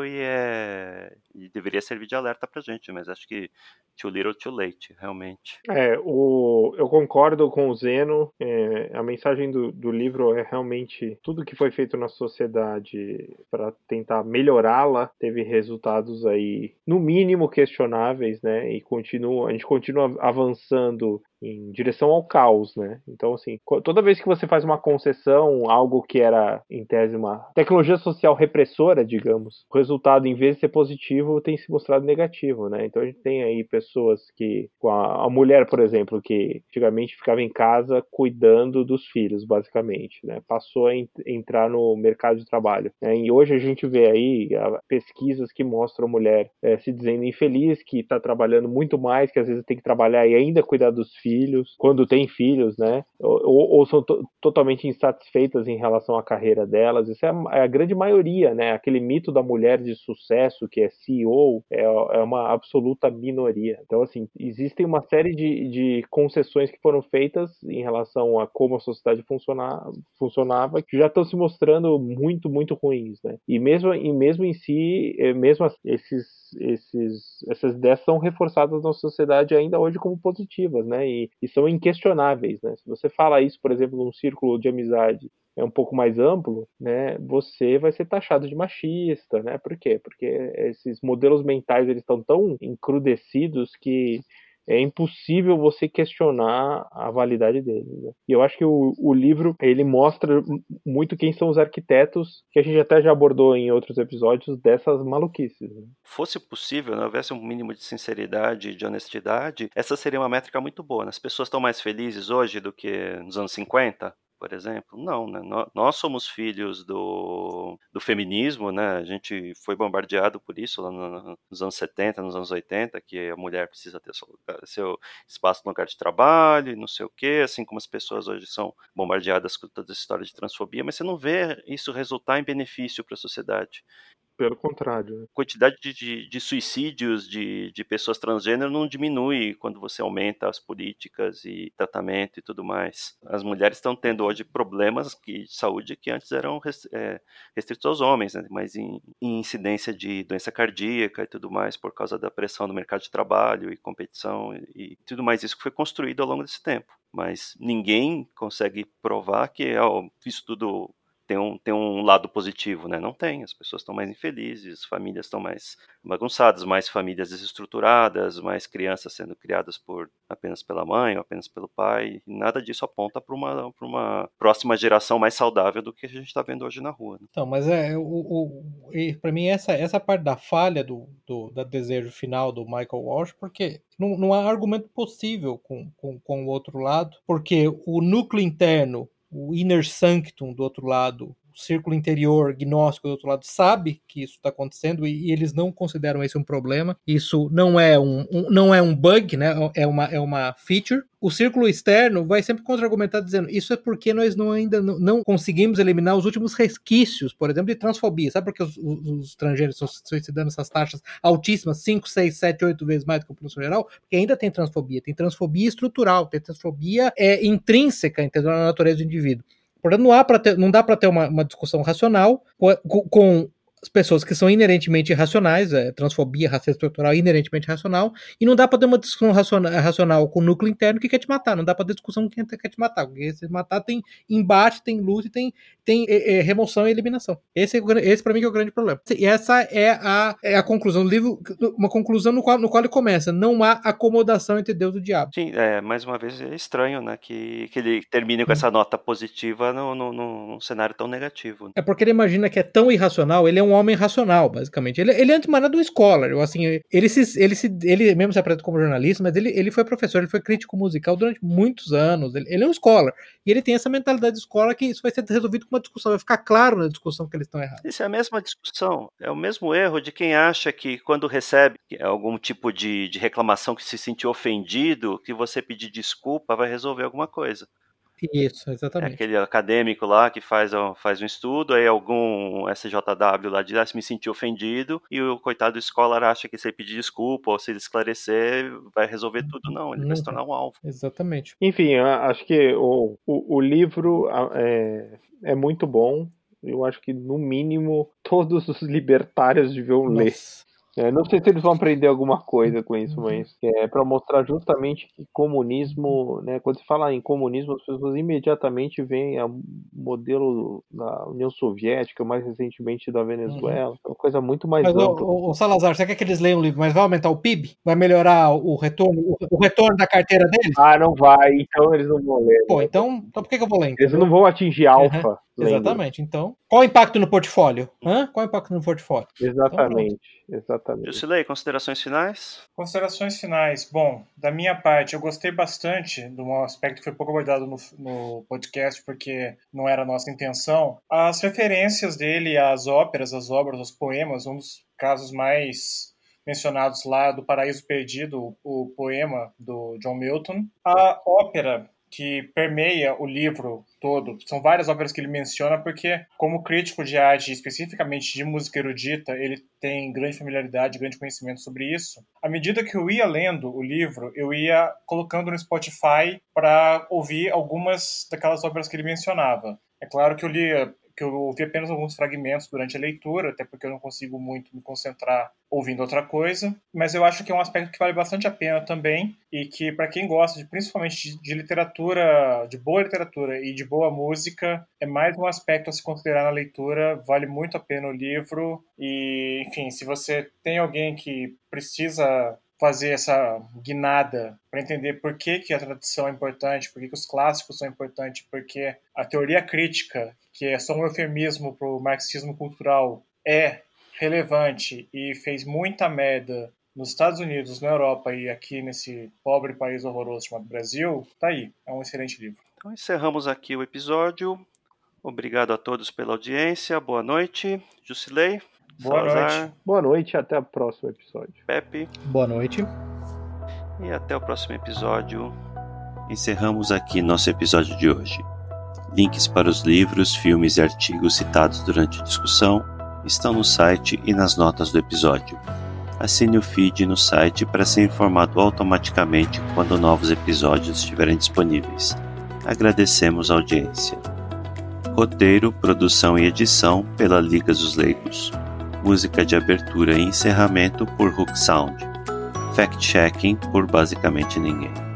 Speaker 1: e deveria servir de alerta pra gente, mas acho que too little, too late, realmente.
Speaker 3: Eu concordo com o Zeno. A mensagem do livro é realmente tudo que foi feito na sociedade para tentar melhorá-la teve resultados aí, no mínimo, questionáveis, né? E a gente continua avançando em direção ao caos, né? Então, assim, toda vez que você faz uma concessão, algo que era, em tese, uma tecnologia social repressora, digamos, o resultado, em vez de ser positivo, tem se mostrado negativo, né? Então a gente tem aí pessoas que, com a mulher, por exemplo, que antigamente ficava em casa cuidando dos filhos, basicamente, né? Passou a entrar no mercado de trabalho, né? E hoje a gente vê aí pesquisas que mostram a mulher se dizendo infeliz, que está trabalhando muito mais, que às vezes tem que trabalhar e ainda cuidar dos filhos, filhos, quando têm filhos, né? Ou são totalmente insatisfeitas em relação à carreira delas. Isso é a grande maioria, né? Aquele mito da mulher de sucesso que é CEO é uma absoluta minoria. Então, assim, existem uma série de concessões que foram feitas em relação a como a sociedade funcionava, que já estão se mostrando muito, muito ruins, né? E mesmo em si, mesmo essas ideias são reforçadas na sociedade ainda hoje como positivas, né? E são inquestionáveis, né? Se você fala isso, por exemplo, num círculo de amizade um pouco mais amplo, né? Você vai ser taxado de machista, né? Por quê? Porque esses modelos mentais eles estão tão encrudecidos que é impossível você questionar a validade deles, né? E eu acho que o livro, ele mostra muito quem são os arquitetos, que a gente até já abordou em outros episódios, dessas maluquices, né?
Speaker 1: Fosse possível, né, houvesse um mínimo de sinceridade e de honestidade, essa seria uma métrica muito boa, né? As pessoas estão mais felizes hoje do que nos anos 50? Por exemplo? Não, né? Nós somos filhos do feminismo, né? A gente foi bombardeado por isso lá nos anos 70, nos anos 80, que a mulher precisa ter seu espaço no lugar de trabalho e não sei o quê, assim como as pessoas hoje são bombardeadas com toda essa história de transfobia, mas você não vê isso resultar em benefício para a sociedade.
Speaker 3: Pelo contrário, né?
Speaker 1: A quantidade de suicídios de pessoas transgênero não diminui quando você aumenta as políticas e tratamento e tudo mais. As mulheres estão tendo hoje problemas de saúde que antes eram restritos aos homens, né? Mas em incidência de doença cardíaca e tudo mais por causa da pressão no mercado de trabalho e competição e tudo mais isso que foi construído ao longo desse tempo. Mas ninguém consegue provar que isso tudo tem um lado positivo, né? Não tem, as pessoas estão mais infelizes, famílias estão mais bagunçadas, mais famílias desestruturadas, mais crianças sendo criadas apenas pela mãe ou apenas pelo pai, e nada disso aponta para uma próxima geração mais saudável do que a gente está vendo hoje na rua, né?
Speaker 4: Então, mas para mim essa parte da falha da desejo final do Michael Walsh, porque não há argumento possível com o outro lado, porque o núcleo interno, o inner sanctum do outro lado, o círculo interior gnóstico do outro lado, sabe que isso está acontecendo e eles não consideram esse um problema. Isso não é um bug, né? É uma feature. O círculo externo vai sempre contra-argumentar dizendo isso é porque nós ainda não conseguimos eliminar os últimos resquícios, por exemplo, de transfobia. Sabe por que os estrangeiros estão suicidando essas taxas altíssimas, 5, 6, 7, 8 vezes mais do que a população geral? Porque ainda tem transfobia estrutural, tem transfobia intrínseca, entendeu, na natureza do indivíduo. Portanto, não dá para ter uma discussão racional com as pessoas que são inerentemente irracionais, transfobia, racismo estrutural inerentemente racional, e não dá para ter uma discussão racional com o núcleo interno que quer te matar, não dá para ter discussão com quem quer te matar, porque se matar tem embate, tem luta, tem remoção e eliminação. Esse para mim que é o grande problema. E essa é a conclusão do livro, uma conclusão no qual ele começa, não há acomodação entre Deus e o diabo.
Speaker 1: Sim, mais uma vez é estranho, né, que ele termine com essa nota positiva num cenário tão negativo.
Speaker 4: É porque ele imagina que é tão irracional, ele é um homem racional, basicamente. Ele é antes de mais nada um scholar. Assim, ele mesmo se apresenta como jornalista, mas ele foi professor, ele foi crítico musical durante muitos anos. Ele é um scholar. E ele tem essa mentalidade de scholar que isso vai ser resolvido com uma discussão, vai ficar claro na discussão que eles estão errados.
Speaker 1: Isso é a mesma discussão, é o mesmo erro de quem acha que quando recebe algum tipo de reclamação que se sentiu ofendido, que você pedir desculpa vai resolver alguma coisa.
Speaker 4: Isso, exatamente.
Speaker 1: É aquele acadêmico lá que faz um estudo, aí algum SJW lá diz, se me senti ofendido, e o coitado do scholar acha que se ele pedir desculpa ou se ele esclarecer, vai resolver tudo. Não, ele vai se tornar um alvo.
Speaker 4: Exatamente.
Speaker 3: Enfim, acho que o livro é muito bom. Eu acho que, no mínimo, todos os libertários deviam ler. Não sei se eles vão aprender alguma coisa com isso, mas é para mostrar justamente que comunismo, né, quando se fala em comunismo, as pessoas imediatamente veem o modelo da União Soviética, mais recentemente da Venezuela, é uma coisa muito mais ampla.
Speaker 4: O Salazar, você quer que eles leiam o livro, mas vai aumentar o PIB? Vai melhorar o retorno da carteira deles?
Speaker 3: Não vai, então eles não vão ler.
Speaker 4: Pô, então por que eu vou ler?
Speaker 3: Eles não vão atingir alfa.
Speaker 4: Exatamente, então. Qual o impacto no portfólio? Qual o impacto no portfólio?
Speaker 3: Exatamente,
Speaker 4: então,
Speaker 3: exatamente.
Speaker 1: Jusilei, considerações finais?
Speaker 2: Considerações finais. Bom, da minha parte, eu gostei bastante de um aspecto que foi pouco abordado no podcast, porque não era a nossa intenção. As referências dele às óperas, às obras, aos poemas, um dos casos mais mencionados lá do Paraíso Perdido, o poema do John Milton. A ópera que permeia o livro todo, são várias óperas que ele menciona, porque como crítico de arte, especificamente de música erudita, ele tem grande familiaridade, grande conhecimento sobre isso. À medida que eu ia lendo o livro, eu ia colocando no Spotify para ouvir algumas daquelas óperas que ele mencionava. É claro que eu ouvi apenas alguns fragmentos durante a leitura, até porque eu não consigo muito me concentrar ouvindo outra coisa, mas eu acho que é um aspecto que vale bastante a pena também, e que para quem gosta principalmente de literatura, de boa literatura e de boa música, é mais um aspecto a se considerar na leitura, vale muito a pena o livro, e enfim, se você tem alguém que precisa fazer essa guinada para entender por que a tradição é importante, por que os clássicos são importantes, porque a teoria crítica, que é só um eufemismo para o marxismo cultural, é relevante e fez muita merda nos Estados Unidos, na Europa e aqui nesse pobre país horroroso chamado Brasil, tá aí, é um excelente livro.
Speaker 1: Então encerramos aqui o episódio. Obrigado a todos pela audiência. Boa noite, Jusilei.
Speaker 2: Boa
Speaker 1: Salazar,
Speaker 2: noite.
Speaker 3: Boa noite e até o próximo episódio.
Speaker 1: Pepe.
Speaker 4: Boa noite.
Speaker 1: E até o próximo episódio. Encerramos aqui nosso episódio de hoje. Links para os livros, filmes e artigos citados durante a discussão estão no site e nas notas do episódio. Assine o feed no site para ser informado automaticamente quando novos episódios estiverem disponíveis. Agradecemos a audiência. Roteiro, produção e edição pela Liga dos Leigos. Música de abertura e encerramento por Hook Sound. Fact-checking por basicamente ninguém.